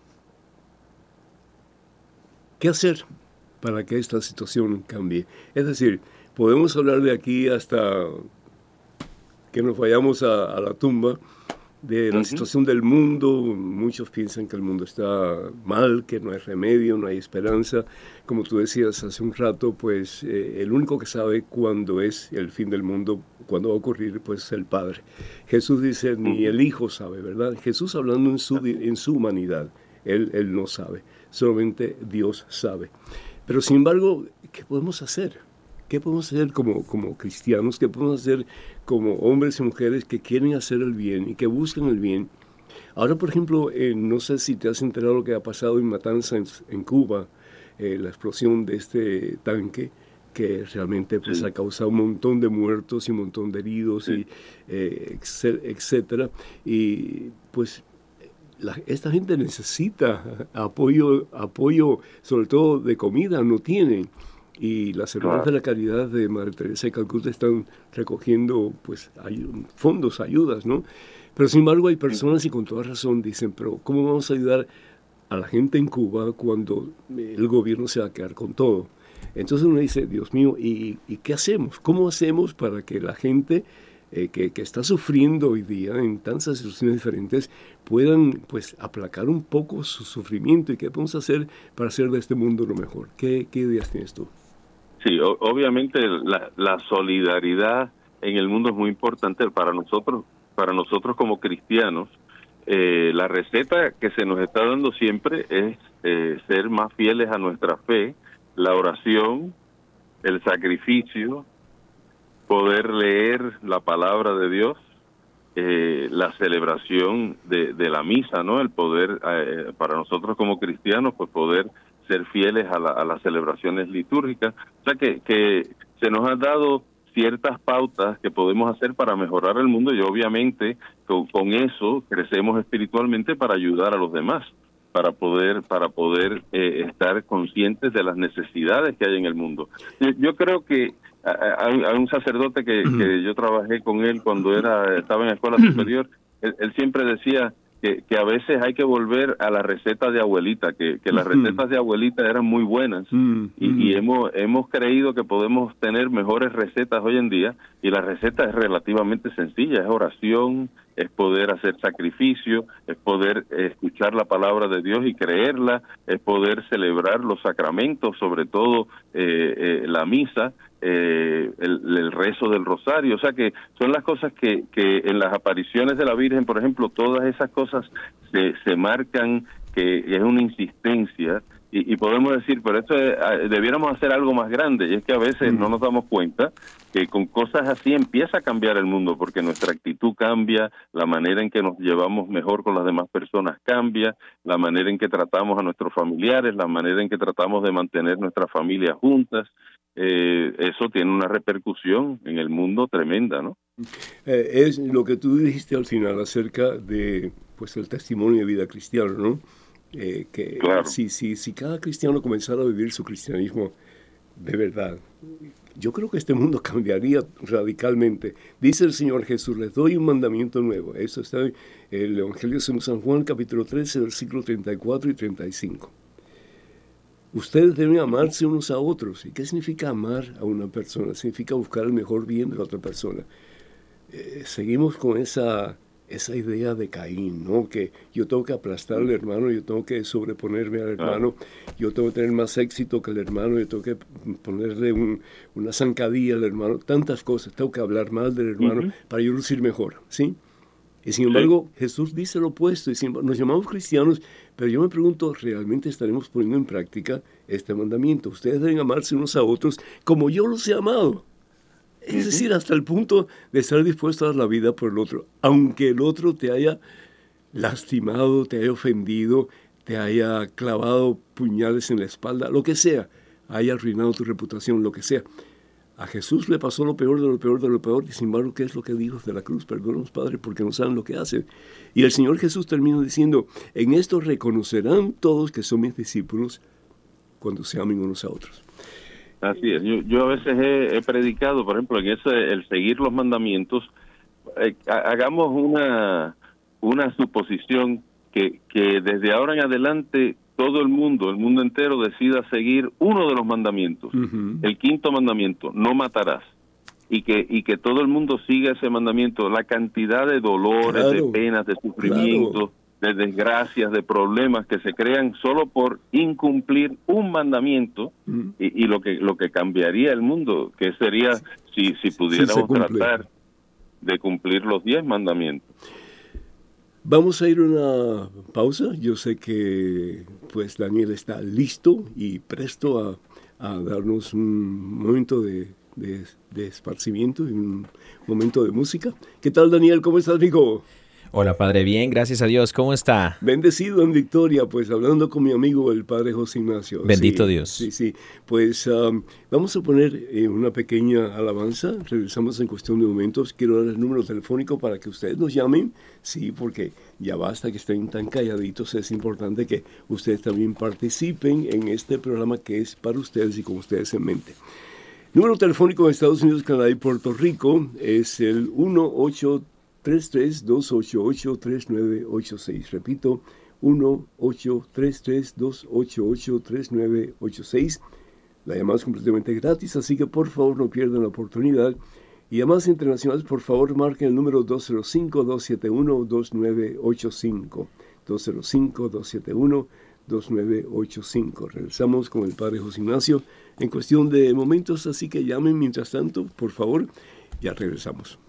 Speaker 3: ¿Qué hacer para que esta situación cambie? Es decir, podemos hablar de aquí hasta que nos vayamos a, a la tumba de la uh-huh. situación del mundo. Muchos piensan que el mundo está mal, que no hay remedio, no hay esperanza. Como tú decías hace un rato, pues eh, el único que sabe cuándo es el fin del mundo, cuándo va a ocurrir, pues es el Padre. Jesús dice, ni el Hijo sabe, ¿verdad? Jesús hablando en su, en su humanidad, él, él no sabe, solamente Dios sabe. Pero sin embargo, ¿qué podemos hacer? ¿Qué podemos hacer como, como cristianos? ¿Qué podemos hacer como hombres y mujeres que quieren hacer el bien y que buscan el bien Ahora, por ejemplo, eh, no sé si te has enterado lo que ha pasado en Matanzas, en, en Cuba, eh, la explosión de este tanque, que realmente pues,
Speaker 4: Sí.
Speaker 3: ha causado un montón de muertos y un montón de heridos,
Speaker 4: Sí.
Speaker 3: y, eh, etcétera. Y pues la, esta gente necesita apoyo, apoyo, sobre todo de comida, no tienen. Y las hermanas
Speaker 4: Claro.
Speaker 3: de la caridad de Madre Teresa de Calcuta están recogiendo pues ay- fondos, ayudas, ¿no? Pero sin embargo hay personas y con toda razón dicen, pero ¿cómo vamos a ayudar a la gente en Cuba cuando el gobierno se va a quedar con todo? Entonces uno dice, Dios mío, ¿y, y qué hacemos? ¿Cómo hacemos para que la gente eh, que, que está sufriendo hoy día en tantas situaciones diferentes puedan pues aplacar un poco su sufrimiento? ¿Y qué podemos hacer para hacer de este mundo lo mejor? ¿Qué, qué ideas tienes tú?
Speaker 4: Sí, o- obviamente la, la solidaridad en el mundo es muy importante para nosotros, para nosotros como cristianos. Eh, la receta que se nos está dando siempre es eh, ser más fieles a nuestra fe, la oración, el sacrificio, poder leer la palabra de Dios, eh, la celebración de, de la misa, ¿no? El poder, eh, para nosotros como cristianos, pues poder ser fieles a, la, a las celebraciones litúrgicas. O sea que, que se nos han dado ciertas pautas que podemos hacer para mejorar el mundo y obviamente con, con eso crecemos espiritualmente para ayudar a los demás, para poder para poder eh, estar conscientes de las necesidades que hay en el mundo. Yo, yo creo que hay, hay un sacerdote que, que yo trabajé con él cuando era estaba en la escuela superior, él, él siempre decía que, que a veces hay que volver a la receta de abuelita, que, que las recetas de abuelita eran muy buenas y, y hemos hemos creído que podemos tener mejores recetas hoy en día y la receta es relativamente sencilla, es oración, es poder hacer sacrificio, es poder escuchar la palabra de Dios y creerla, es poder celebrar los sacramentos, sobre todo eh, eh, la misa, eh, el, el rezo del rosario. O sea que son las cosas que, que en las apariciones de la Virgen, por ejemplo, todas esas cosas se, se marcan, que es una insistencia. Y, y podemos decir, pero esto es, debiéramos hacer algo más grande, y es que a veces no nos damos cuenta que con cosas así empieza a cambiar el mundo, porque nuestra actitud cambia, la manera en que nos llevamos mejor con las demás personas cambia, la manera en que tratamos a nuestros familiares, la manera en que tratamos de mantener nuestras familias juntas, eh, eso tiene una repercusión en el mundo tremenda, ¿no?
Speaker 3: Eh, es lo que tú dijiste al final acerca de pues el testimonio de vida cristiano, ¿no? Eh, que
Speaker 4: Claro.
Speaker 3: si, si, si cada cristiano comenzara a vivir su cristianismo de verdad, yo creo que este mundo cambiaría radicalmente. Dice el Señor Jesús, les doy un mandamiento nuevo. Eso está en el Evangelio de San Juan, capítulo trece, versículos treinta y cuatro y treinta y cinco. Ustedes deben amarse unos a otros. ¿Y qué significa amar a una persona? Significa buscar el mejor bien de la otra persona. Eh, seguimos con esa... esa idea de Caín, ¿no? Que yo tengo que aplastar al hermano, yo tengo que sobreponerme al hermano, yo tengo que tener más éxito que el hermano, yo tengo que ponerle un, una zancadilla al hermano, tantas cosas, tengo que hablar mal del hermano uh-huh. para yo lucir mejor, ¿sí? Y sin embargo, sí. Jesús dice lo opuesto, y sin, nos llamamos cristianos, pero yo me pregunto, ¿realmente estaremos poniendo en práctica este mandamiento? Ustedes deben amarse unos a otros como yo los he amado. Es decir, hasta el punto de estar dispuesto a dar la vida por el otro, aunque el otro te haya lastimado, te haya ofendido, te haya clavado puñales en la espalda, lo que sea, haya arruinado tu reputación, lo que sea. A Jesús le pasó lo peor de lo peor de lo peor, y sin embargo, ¿qué es lo que dijo de la cruz? Perdónanos, Padre, porque no saben lo que hacen. Y el Señor Jesús termina diciendo, en esto reconocerán todos que son mis discípulos cuando se amen unos a otros.
Speaker 4: Así es. Yo, yo a veces he, he predicado, por ejemplo, en ese el seguir los mandamientos, eh, hagamos una una suposición que, que desde ahora en adelante todo el mundo, el mundo entero decida seguir uno de los mandamientos, uh-huh. el quinto mandamiento, no matarás, y que y que todo el mundo siga ese mandamiento. La cantidad de dolores, claro, de penas, de sufrimientos, claro. de desgracias, de problemas que se crean solo por incumplir un mandamiento, mm. y, y lo que lo que cambiaría el mundo, que sería si si pudiéramos sí tratar de cumplir los diez mandamientos.
Speaker 3: Vamos a ir a una pausa. Yo sé que pues Daniel está listo y presto a, a darnos un momento de, de, de esparcimiento y un momento de música. ¿Qué tal, Daniel? ¿Cómo estás, amigo?
Speaker 1: Hola, Padre, bien, gracias a Dios. ¿Cómo está?
Speaker 3: Bendecido en victoria, pues hablando con mi amigo el Padre José Ignacio.
Speaker 1: Bendito
Speaker 3: sí,
Speaker 1: Dios.
Speaker 3: Sí, sí. Pues um, vamos a poner eh, una pequeña alabanza. Regresamos en cuestión de momentos. Quiero dar el número telefónico para que ustedes nos llamen. Sí, porque ya basta que estén tan calladitos. Es importante que ustedes también participen en este programa que es para ustedes y con ustedes en mente. Número telefónico en Estados Unidos, Canadá y Puerto Rico es el uno ocho tres tres, dos ocho ocho, tres nueve ocho seis. Repito, uno ocho tres tres, dos ocho ocho, tres nueve ocho seis. La llamada es completamente gratis, así que por favor no pierdan la oportunidad. Y llamadas internacionales, por favor marquen el número dos cero cinco, dos siete uno, dos nueve ocho cinco. dos cero cinco, dos siete uno, dos nueve ocho cinco. Regresamos con el Padre José Ignacio en cuestión de momentos, así que llamen mientras tanto, por favor. Ya regresamos.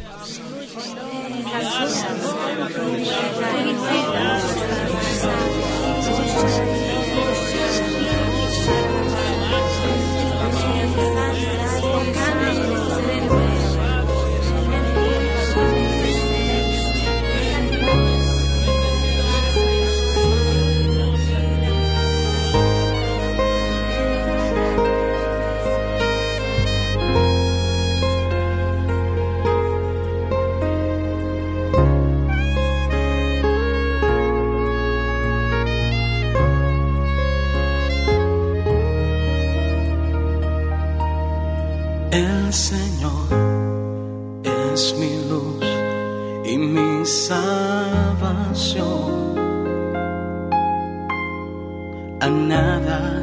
Speaker 2: El Señor es mi luz y mi salvación. A nada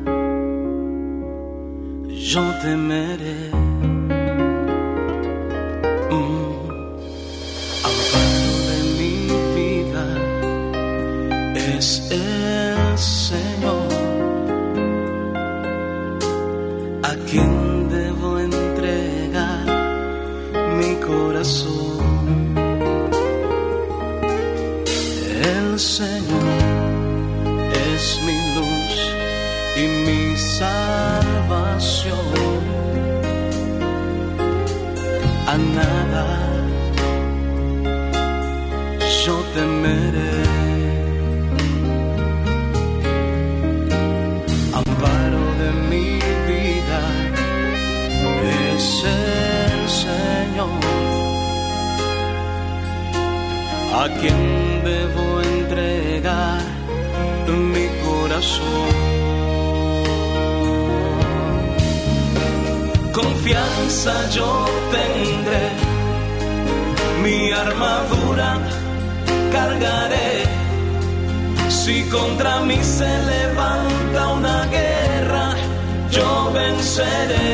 Speaker 2: yo temeré. Mm. Amparo de mi vida es el Señor, a quien corazón. El Señor es mi luz y mi salvación. A nada yo temeré. Amparo de mi vida es el Señor, a quien debo entregar mi corazón. Confianza yo tendré, mi armadura cargaré. Si contra mí se levanta una guerra, yo venceré.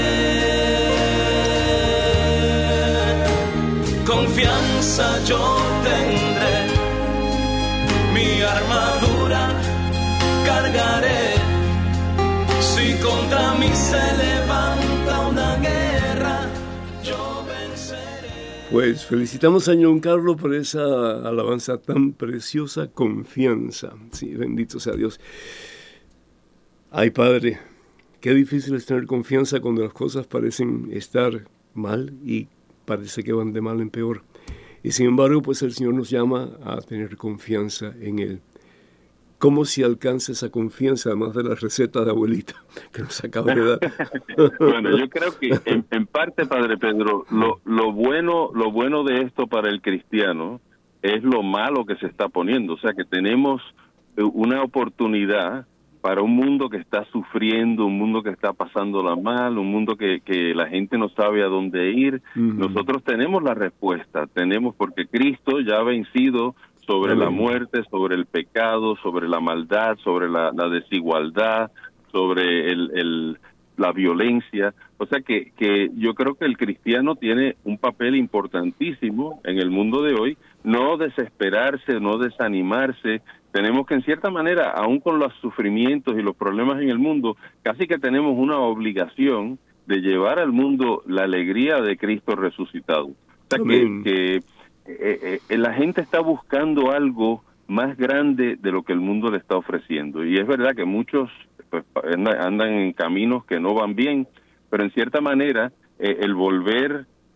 Speaker 2: Confianza yo tendré, mi armadura cargaré. Si contra mí se levanta una guerra, yo venceré.
Speaker 3: Pues felicitamos a John Carlos por esa alabanza tan preciosa, confianza. Sí, bendito sea Dios. Ay, Padre, qué difícil es tener confianza cuando las cosas parecen estar mal y parece que van de mal en peor. Y sin embargo, pues el Señor nos llama a tener confianza en Él. ¿Cómo se alcanza esa confianza, además de la receta de abuelita que nos acaba de dar?
Speaker 4: Bueno, yo creo que en, en parte, Padre Pedro, lo, lo bueno, lo bueno de esto para el cristiano es lo malo que se está poniendo. O sea, que tenemos una oportunidad para un mundo que está sufriendo, un mundo que está pasándola mal, un mundo que, que la gente no sabe a dónde ir. Uh-huh. Nosotros tenemos la respuesta, tenemos, porque Cristo ya ha vencido sobre uh-huh. la muerte, sobre el pecado, sobre la maldad, sobre la, la desigualdad, sobre el, el, la violencia. O sea que, que yo creo que el cristiano tiene un papel importantísimo en el mundo de hoy, no desesperarse, no desanimarse. Tenemos que, en cierta manera, aún con los sufrimientos y los problemas en el mundo, casi que tenemos una obligación de llevar al mundo la alegría de Cristo resucitado. O sea, que, que eh, eh, la gente está buscando algo más grande de lo que el mundo le está ofreciendo. Y es verdad que muchos pues, andan en caminos que no van bien, pero en cierta manera eh, el volver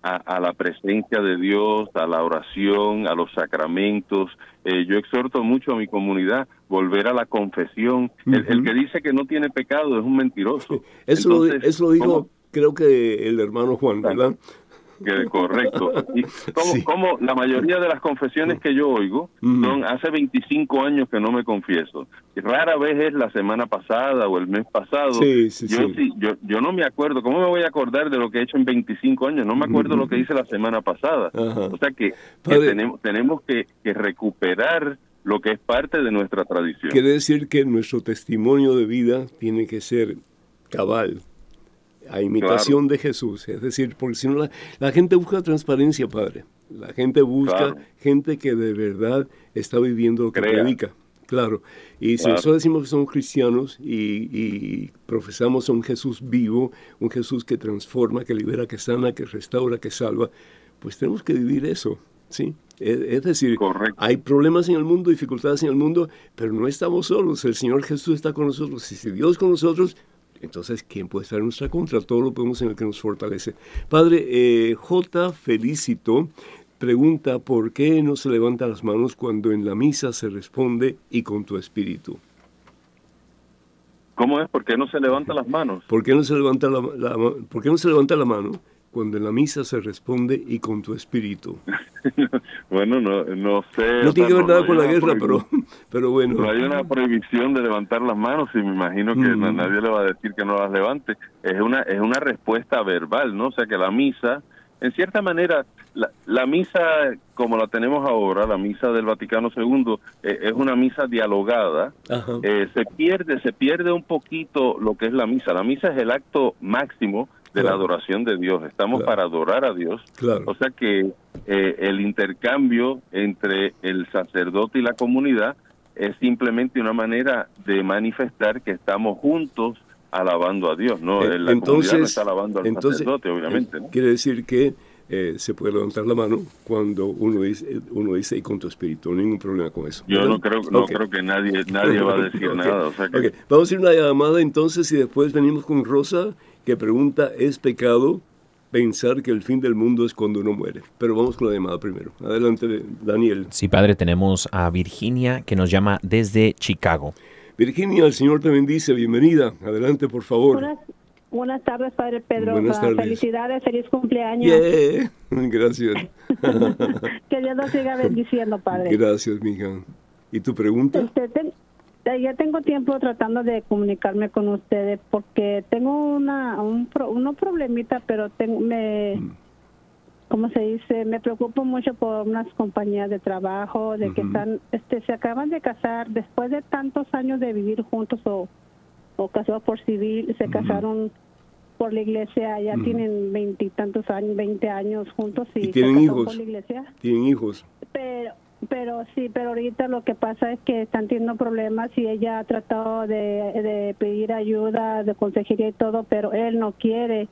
Speaker 4: a, a la presencia de Dios, a la oración, a los sacramentos. Eh, yo exhorto mucho a mi comunidad volver a la confesión. Uh-huh. el, el que dice que no tiene pecado es un mentiroso.
Speaker 3: Eso,
Speaker 4: Entonces,
Speaker 3: lo, eso lo dijo, ¿cómo? Creo que el hermano Juan, ¿verdad?
Speaker 4: Que, correcto. Y como, sí. como la mayoría de las confesiones que yo oigo mm. son hace veinticinco años que no me confieso. Y rara vez es la semana pasada o el mes pasado.
Speaker 3: Sí, sí,
Speaker 4: yo,
Speaker 3: sí.
Speaker 4: Sí, yo, yo no me acuerdo. ¿Cómo me voy a acordar de lo que he hecho en veinticinco años? No me acuerdo mm. lo que hice la semana pasada. Ajá. O sea que, que tenemos, tenemos que, que recuperar lo que es parte de nuestra tradición.
Speaker 3: Quiere decir que nuestro testimonio de vida tiene que ser cabal, a imitación claro. de Jesús, es decir, porque si no la, la gente busca transparencia, Padre, la gente busca claro. gente que de verdad está viviendo lo que Crea. predica, claro, y si claro. nosotros decimos que somos cristianos y, y profesamos a un Jesús vivo, un Jesús que transforma, que libera, que sana, que restaura, que salva, pues tenemos que vivir eso, ¿sí? Es, es decir, Correcto. hay problemas en el mundo, dificultades en el mundo, pero no estamos solos, el Señor Jesús está con nosotros, y si Dios con nosotros, entonces, ¿quién puede estar en nuestra contra? Todo lo podemos en el que nos fortalece. Padre, eh, J. Felicito pregunta, ¿por qué no se levantan las manos cuando en la misa se responde y con tu espíritu?
Speaker 4: ¿Cómo es? ¿Por qué no se levantan las manos?
Speaker 3: ¿Por qué no se levanta la, la, ¿por qué no se levanta la mano cuando en la misa se responde y con tu espíritu?
Speaker 4: Bueno, no, no sé.
Speaker 3: No tiene que ver nada no con la guerra, pero, pero bueno.
Speaker 4: No hay una prohibición de levantar las manos y me imagino que mm. nadie le va a decir que no las levante. Es una es una respuesta verbal, ¿no? O sea que la misa, en cierta manera, la, la misa como la tenemos ahora, la misa del Vaticano segundo, eh, es una misa dialogada. Eh, se pierde, se pierde un poquito lo que es la misa. La misa es el acto máximo de claro. la adoración de Dios. Estamos claro. para adorar a Dios.
Speaker 3: Claro.
Speaker 4: O sea que eh, el intercambio entre el sacerdote y la comunidad es simplemente una manera de manifestar que estamos juntos alabando a Dios, ¿no?
Speaker 3: Eh,
Speaker 4: la
Speaker 3: entonces,
Speaker 4: comunidad no está alabando al
Speaker 3: entonces,
Speaker 4: sacerdote, obviamente,
Speaker 3: eh,
Speaker 4: ¿no?
Speaker 3: Quiere decir que eh, se puede levantar la mano cuando uno dice, uno dice y con tu espíritu, no hay ningún problema con eso.
Speaker 4: Yo ¿verdad? no creo, no okay. creo que nadie, nadie va a decir okay. nada. O sea que...
Speaker 3: okay. Vamos a ir a una llamada entonces y después venimos con Rosa, que pregunta, ¿es pecado pensar que el fin del mundo es cuando uno muere? Pero vamos con la llamada primero. Adelante, Daniel.
Speaker 1: Sí, padre, tenemos a Virginia, que nos llama desde Chicago.
Speaker 3: Virginia, el Señor te bendice, bienvenida. Adelante, por favor.
Speaker 5: Buenas, buenas tardes, Padre Pedro.
Speaker 3: Buenas tardes.
Speaker 5: Felicidades, feliz cumpleaños.
Speaker 3: Yeah. Gracias.
Speaker 5: Que Dios nos siga bendiciendo, Padre.
Speaker 3: Gracias, mija. ¿Y tu pregunta?
Speaker 5: Este, ten, ya tengo tiempo tratando de comunicarme con ustedes porque tengo una un pro, unos problemitas, pero tengo, me... Mm. ¿Cómo se dice? Me preocupo mucho por unas compañías de trabajo, de uh-huh. que están, este, se acaban de casar después de tantos años de vivir juntos o, o casados por civil, se uh-huh. casaron por la iglesia, ya uh-huh. tienen veintitantos años, veinte años juntos y,
Speaker 3: ¿Y tienen
Speaker 5: se
Speaker 3: hijos?
Speaker 5: Por la iglesia.
Speaker 3: Tienen hijos.
Speaker 5: Pero, pero sí, pero ahorita lo que pasa es que están teniendo problemas y ella ha tratado de, de pedir ayuda, de consejería y todo, pero él no quiere.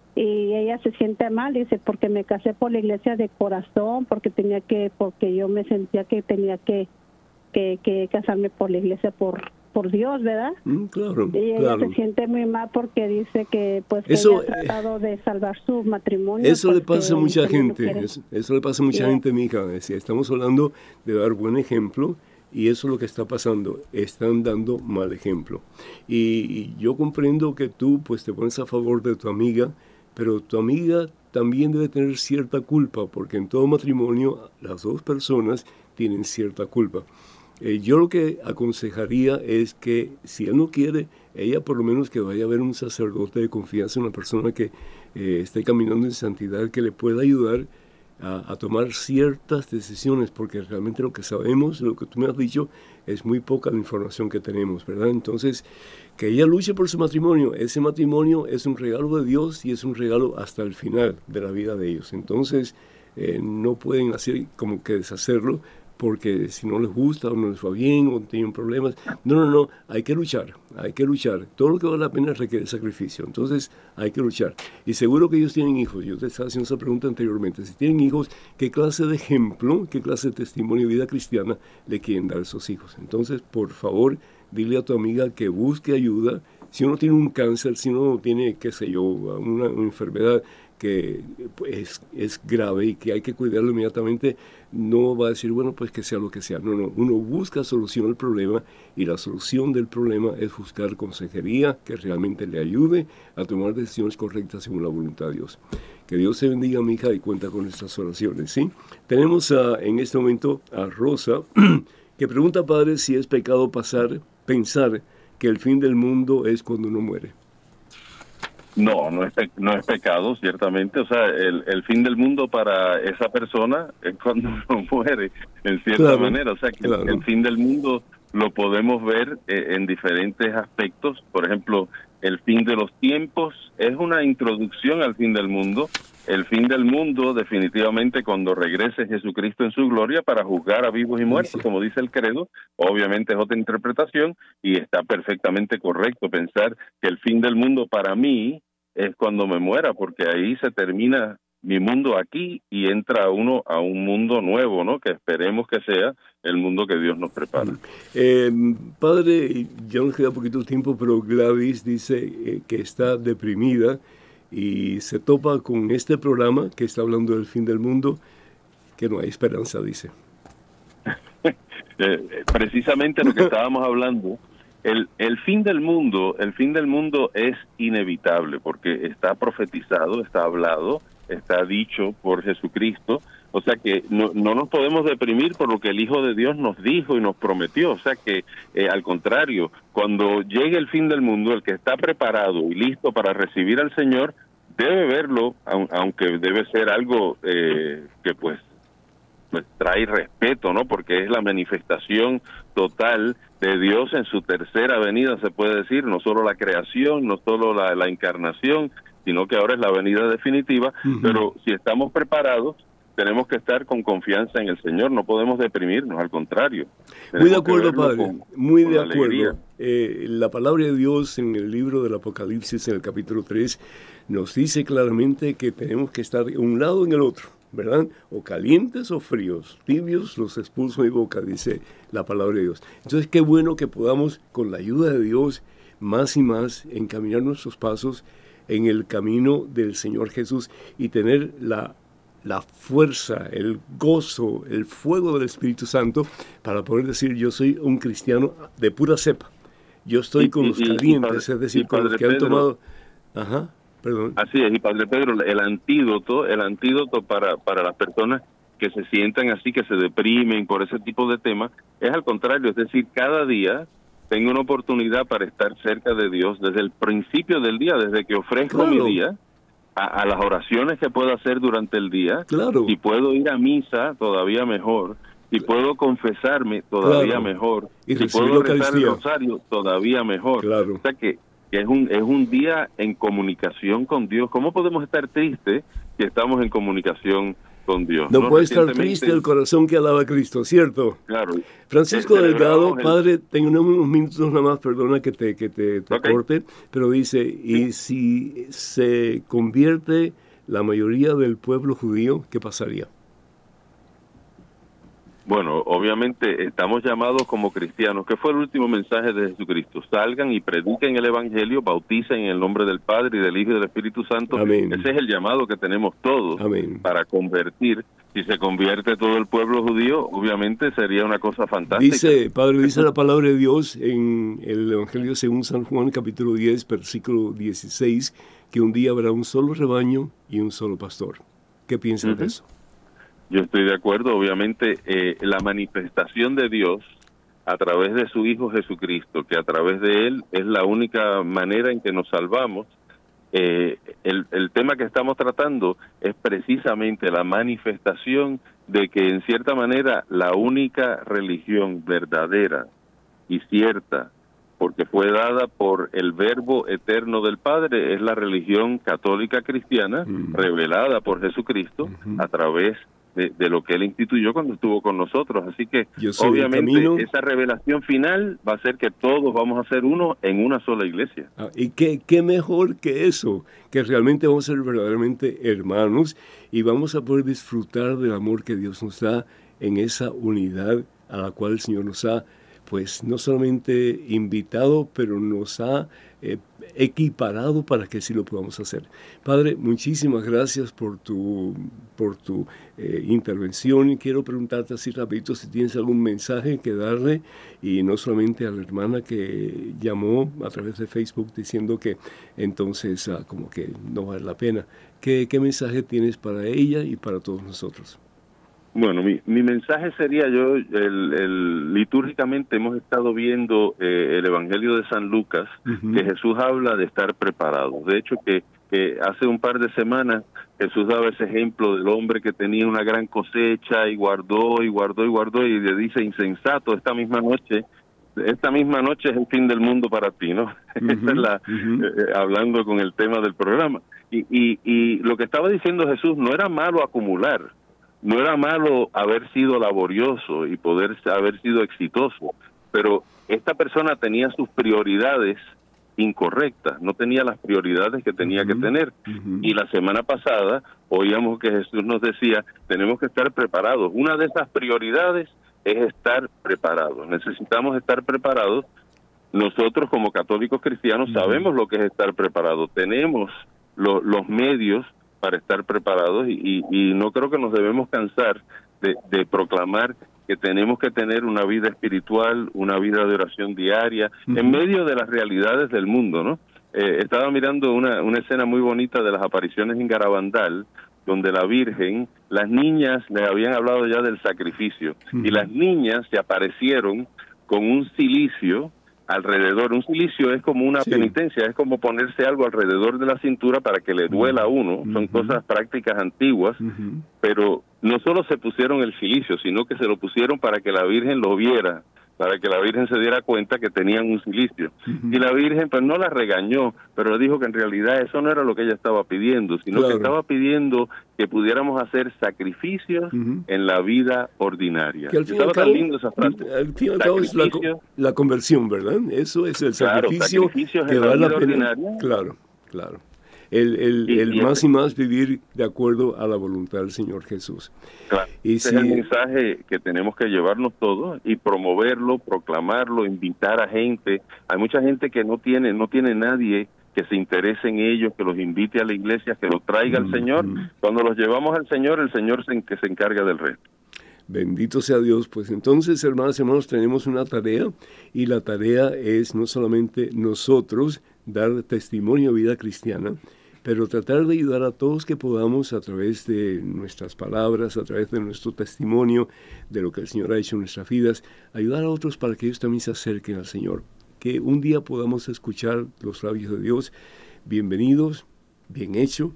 Speaker 5: Y ella se siente mal, dice, porque me casé por la iglesia de corazón, porque tenía que, porque yo me sentía que tenía que, que, que casarme por la iglesia, por, por Dios, ¿verdad?
Speaker 3: Mm, claro,
Speaker 5: y ella
Speaker 3: claro.
Speaker 5: se siente muy mal porque dice que, pues,
Speaker 3: eso,
Speaker 5: que ella ha tratado de salvar su matrimonio.
Speaker 3: Eso le pasa a mucha gente, no eso, eso le pasa a mucha yeah. gente, mija. Estamos hablando de dar buen ejemplo. Y eso es lo que está pasando, están dando mal ejemplo. Y, y yo comprendo que tú pues te pones a favor de tu amiga, pero tu amiga también debe tener cierta culpa, porque en todo matrimonio las dos personas tienen cierta culpa. Eh, yo lo que aconsejaría es que si él no quiere, ella por lo menos que vaya a ver un sacerdote de confianza, una persona que eh, esté caminando en santidad, que le pueda ayudar A, a tomar ciertas decisiones, porque realmente lo que sabemos, lo que tú me has dicho, es muy poca la información que tenemos, ¿verdad? Entonces, que ella luche por su matrimonio. Ese matrimonio es un regalo de Dios y es un regalo hasta el final de la vida de ellos. Entonces, eh, no pueden hacer como que deshacerlo, porque si no les gusta o no les va bien o tienen problemas. No, no, no, hay que luchar, hay que luchar. Todo lo que vale la pena requiere sacrificio, entonces hay que luchar. Y seguro que ellos tienen hijos. Yo te estaba haciendo esa pregunta anteriormente. Si tienen hijos, ¿qué clase de ejemplo, qué clase de testimonio de vida cristiana le quieren dar a esos hijos? Entonces, por favor, dile a tu amiga que busque ayuda. Si uno tiene un cáncer, si uno tiene, qué sé yo, una, una enfermedad que pues, es grave y que hay que cuidarlo inmediatamente, no va a decir, bueno, pues que sea lo que sea. No, no, uno busca solución al problema y la solución del problema es buscar consejería que realmente le ayude a tomar decisiones correctas según la voluntad de Dios. Que Dios te bendiga, mi hija, y cuenta con estas oraciones, ¿sí? Tenemos a, en este momento a Rosa, que pregunta, padre, si es pecado pasar, pensar que el fin del mundo es cuando uno muere.
Speaker 4: No, no es, pe- no es pecado, ciertamente. O sea, el, el fin del mundo para esa persona es cuando uno muere, en cierta
Speaker 3: Claro,
Speaker 4: manera. O sea, que
Speaker 3: claro.
Speaker 4: el, el fin del mundo lo podemos ver eh, en diferentes aspectos. Por ejemplo, el fin de los tiempos es una introducción al fin del mundo. El fin del mundo, definitivamente, cuando regrese Jesucristo en su gloria para juzgar a vivos y muertos,
Speaker 3: Sí.
Speaker 4: como dice el credo, obviamente es otra interpretación y está perfectamente correcto pensar que el fin del mundo para mí es cuando me muera, porque ahí se termina mi mundo aquí y entra uno a un mundo nuevo, ¿no? Que esperemos que sea el mundo que Dios nos prepara.
Speaker 3: Eh, padre, ya nos queda poquito tiempo, pero Gladys dice eh, que está deprimida y se topa con este programa que está hablando del fin del mundo, que no hay esperanza, dice.
Speaker 4: Eh, precisamente lo que estábamos hablando, el, el fin del mundo, el fin del mundo es inevitable porque está profetizado, está hablado, está dicho por Jesucristo. O sea que no, no nos podemos deprimir por lo que el Hijo de Dios nos dijo y nos prometió. O sea que, eh, al contrario, cuando llegue el fin del mundo, el que está preparado y listo para recibir al Señor, debe verlo, aunque debe ser algo eh, que pues, pues trae respeto, ¿no? Porque es la manifestación total de Dios en su tercera venida, se puede decir, no solo la creación, no solo la, la encarnación, sino que ahora es la venida definitiva. Uh-huh. Pero si estamos preparados, tenemos que estar con confianza en el Señor, no podemos deprimirnos, al contrario.
Speaker 3: Muy de acuerdo, padre, con, muy con de acuerdo. Eh, la palabra de Dios en el libro del Apocalipsis, en el capítulo tres, nos dice claramente que tenemos que estar de un lado en el otro, ¿verdad? O calientes o fríos, tibios los expulso de mi boca, dice la palabra de Dios. Entonces, qué bueno que podamos, con la ayuda de Dios, más y más encaminar nuestros pasos en el camino del Señor Jesús y tener la la fuerza, el gozo, el fuego del Espíritu Santo para poder decir, yo soy un cristiano de pura cepa. Yo estoy y, con los y, calientes, y, es decir, con los que Pedro, han tomado... Ajá, perdón.
Speaker 4: Así es, y Padre Pedro, el antídoto, el antídoto para, para las personas que se sientan así, que se deprimen por ese tipo de temas, es al contrario, es decir, cada día tengo una oportunidad para estar cerca de Dios desde el principio del día, desde que ofrezco claro. mi día, A, a las oraciones que puedo hacer durante el día.
Speaker 3: Claro.
Speaker 4: Si puedo ir a misa, todavía mejor. Si puedo confesarme, todavía claro. mejor.
Speaker 3: Y
Speaker 4: si puedo rezar el rosario, todavía mejor.
Speaker 3: Claro.
Speaker 4: O sea que, que es un es un día en comunicación con Dios. ¿Cómo podemos estar tristes si estamos en comunicación con Dios?
Speaker 3: No, no puede estar triste el corazón que alaba a Cristo, ¿cierto?
Speaker 4: Claro.
Speaker 3: Francisco Delgado, el... padre, tengo unos minutos nada más, perdona que te, que te, te okay. corte, pero dice, sí. ¿y si se convierte la mayoría del pueblo judío, qué pasaría?
Speaker 4: Bueno, obviamente estamos llamados como cristianos, que fue el último mensaje de Jesucristo, salgan y prediquen el Evangelio, bauticen en el nombre del Padre y del Hijo y del Espíritu Santo.
Speaker 3: Amén.
Speaker 4: Ese es el llamado que tenemos todos.
Speaker 3: Amén.
Speaker 4: Para convertir. Si se convierte todo el pueblo judío, obviamente sería una cosa fantástica.
Speaker 3: Dice, Padre, dice la palabra de Dios en el Evangelio según San Juan, capítulo diez, versículo dieciséis, que un día habrá un solo rebaño y un solo pastor. ¿Qué piensas uh-huh. de eso?
Speaker 4: Yo estoy de acuerdo, obviamente, eh, la manifestación de Dios a través de su Hijo Jesucristo, que a través de Él es la única manera en que nos salvamos. Eh, el, el tema que estamos tratando es precisamente la manifestación de que, en cierta manera, la única religión verdadera y cierta, porque fue dada por el Verbo eterno del Padre, es la religión católica cristiana, uh-huh. revelada por Jesucristo uh-huh. a través De, de lo que Él instituyó cuando estuvo con nosotros. Así que, obviamente, esa revelación final va a ser que todos vamos a ser uno en una sola iglesia.
Speaker 3: Ah, y qué, qué mejor que eso, que realmente vamos a ser verdaderamente hermanos y vamos a poder disfrutar del amor que Dios nos da en esa unidad a la cual el Señor nos ha pues no solamente invitado, pero nos ha eh, equiparado para que sí lo podamos hacer. Padre, muchísimas gracias por tu, por tu eh, intervención, y quiero preguntarte así rapidito si tienes algún mensaje que darle, y no solamente a la hermana que llamó a través de Facebook diciendo que entonces ah, como que no vale la pena. ¿Qué, qué mensaje tienes para ella y para todos nosotros?
Speaker 4: Bueno, mi, mi mensaje sería, yo, el, el, litúrgicamente hemos estado viendo eh, el Evangelio de San Lucas, uh-huh. que Jesús habla de estar preparados. De hecho, que, que hace un par de semanas Jesús daba ese ejemplo del hombre que tenía una gran cosecha y guardó y guardó y guardó, y le dice, insensato, esta misma noche, esta misma noche es el fin del mundo para ti, ¿no? Uh-huh. Esa es la, uh-huh. eh, hablando con el tema del programa. Y, y, y lo que estaba diciendo Jesús, no era malo acumular. No era malo haber sido laborioso y poder haber sido exitoso, pero esta persona tenía sus prioridades incorrectas, no tenía las prioridades que tenía uh-huh. que tener. Uh-huh. Y la semana pasada oíamos que Jesús nos decía, tenemos que estar preparados. Una de esas prioridades es estar preparados. Necesitamos estar preparados. Nosotros como católicos cristianos uh-huh. sabemos lo que es estar preparados. Tenemos lo, los medios para estar preparados, y, y, y no creo que nos debemos cansar de, de proclamar que tenemos que tener una vida espiritual, una vida de oración diaria, uh-huh. en medio de las realidades del mundo, ¿no? Eh, estaba mirando una, una escena muy bonita de las apariciones en Garabandal, donde la Virgen, las niñas le habían hablado ya del sacrificio, uh-huh. y las niñas se aparecieron con un cilicio alrededor. Un cilicio es como una sí. penitencia, es como ponerse algo alrededor de la cintura para que le duela a uno. Uh-huh. Son cosas prácticas antiguas, uh-huh. pero no solo se pusieron el cilicio, sino que se lo pusieron para que la Virgen lo viera, para que la Virgen se diera cuenta que tenían un cilicio. Uh-huh. Y la Virgen pues no la regañó, pero le dijo que en realidad eso no era lo que ella estaba pidiendo, sino claro. que estaba pidiendo que pudiéramos hacer sacrificios uh-huh. en la vida ordinaria.
Speaker 3: Que al fin y al cabo, lindo esa frase. Al fin y al cabo es la, la conversión, ¿verdad? Eso es el sacrificio
Speaker 4: claro,
Speaker 3: que vale la pena. Ordinaria. Claro, claro. El, el, y, el y más ese, y más vivir de acuerdo a la voluntad del Señor Jesús.
Speaker 4: Claro, y ese si, es el mensaje que tenemos que llevarnos todos y promoverlo, proclamarlo, invitar a gente. Hay mucha gente que no tiene, no tiene nadie que se interese en ellos, que los invite a la iglesia, que los traiga mm, al Señor. Mm. Cuando los llevamos al Señor, el Señor se, que se encarga del resto.
Speaker 3: Bendito sea Dios. Pues entonces, hermanas y hermanos, tenemos una tarea, y la tarea es no solamente nosotros dar testimonio de vida cristiana, pero tratar de ayudar a todos que podamos a través de nuestras palabras, a través de nuestro testimonio, de lo que el Señor ha hecho en nuestras vidas, ayudar a otros para que ellos también se acerquen al Señor. Que un día podamos escuchar los labios de Dios, bienvenidos, bien hecho,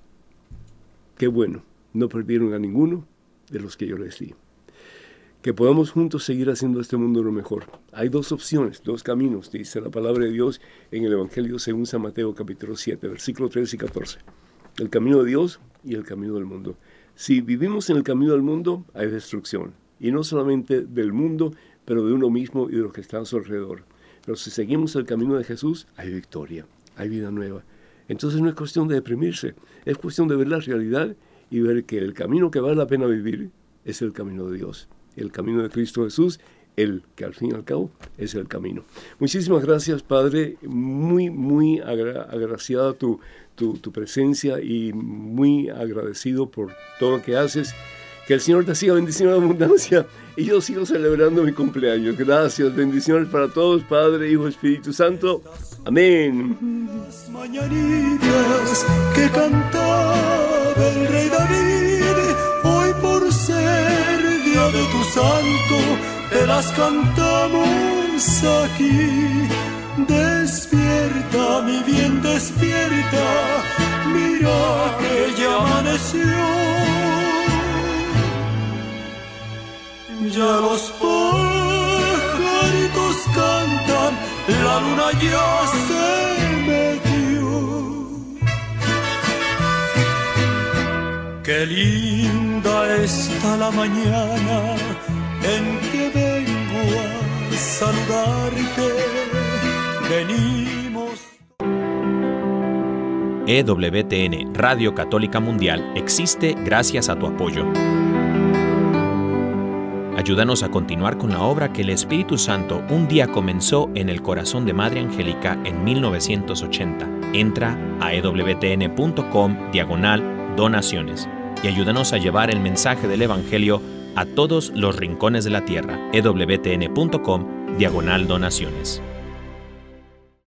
Speaker 3: qué bueno, no perdieron a ninguno de los que yo les di. Que podamos juntos seguir haciendo este mundo lo mejor. Hay dos opciones, dos caminos, dice la palabra de Dios en el Evangelio según San Mateo capítulo siete, versículos trece y catorce. El camino de Dios y el camino del mundo. Si vivimos en el camino del mundo, hay destrucción. Y no solamente del mundo, pero de uno mismo y de los que están a su alrededor. Pero si seguimos el camino de Jesús, hay victoria, hay vida nueva. Entonces no es cuestión de deprimirse, es cuestión de ver la realidad y ver que el camino que vale la pena vivir es el camino de Dios. El camino de Cristo Jesús, el que al fin y al cabo es el camino. Muchísimas gracias, Padre, muy, muy agra- agraciada tu, tu, tu presencia, y muy agradecido por todo lo que haces. Que el Señor te siga bendiciendo en abundancia, y yo sigo celebrando mi cumpleaños. Gracias, bendiciones para todos, Padre, Hijo, Espíritu Santo. Amén.
Speaker 2: Las mañanitas que cantaba el rey David, hoy por ser día de tu santo, te las cantamos aquí. Despierta, mi bien, despierta, mira que ya amaneció. Ya los pajaritos cantan, la luna ya se metió. Qué linda está la mañana en que vengo a saludarte. Venimos.
Speaker 1: E W T N Radio Católica Mundial existe gracias a tu apoyo. Ayúdanos a continuar con la obra que el Espíritu Santo un día comenzó en el corazón de Madre Angélica en mil novecientos ochenta. Entra a ewtn.com diagonal donaciones y ayúdanos a llevar el mensaje del Evangelio a todos los rincones de la tierra. ewtn.com diagonal donaciones.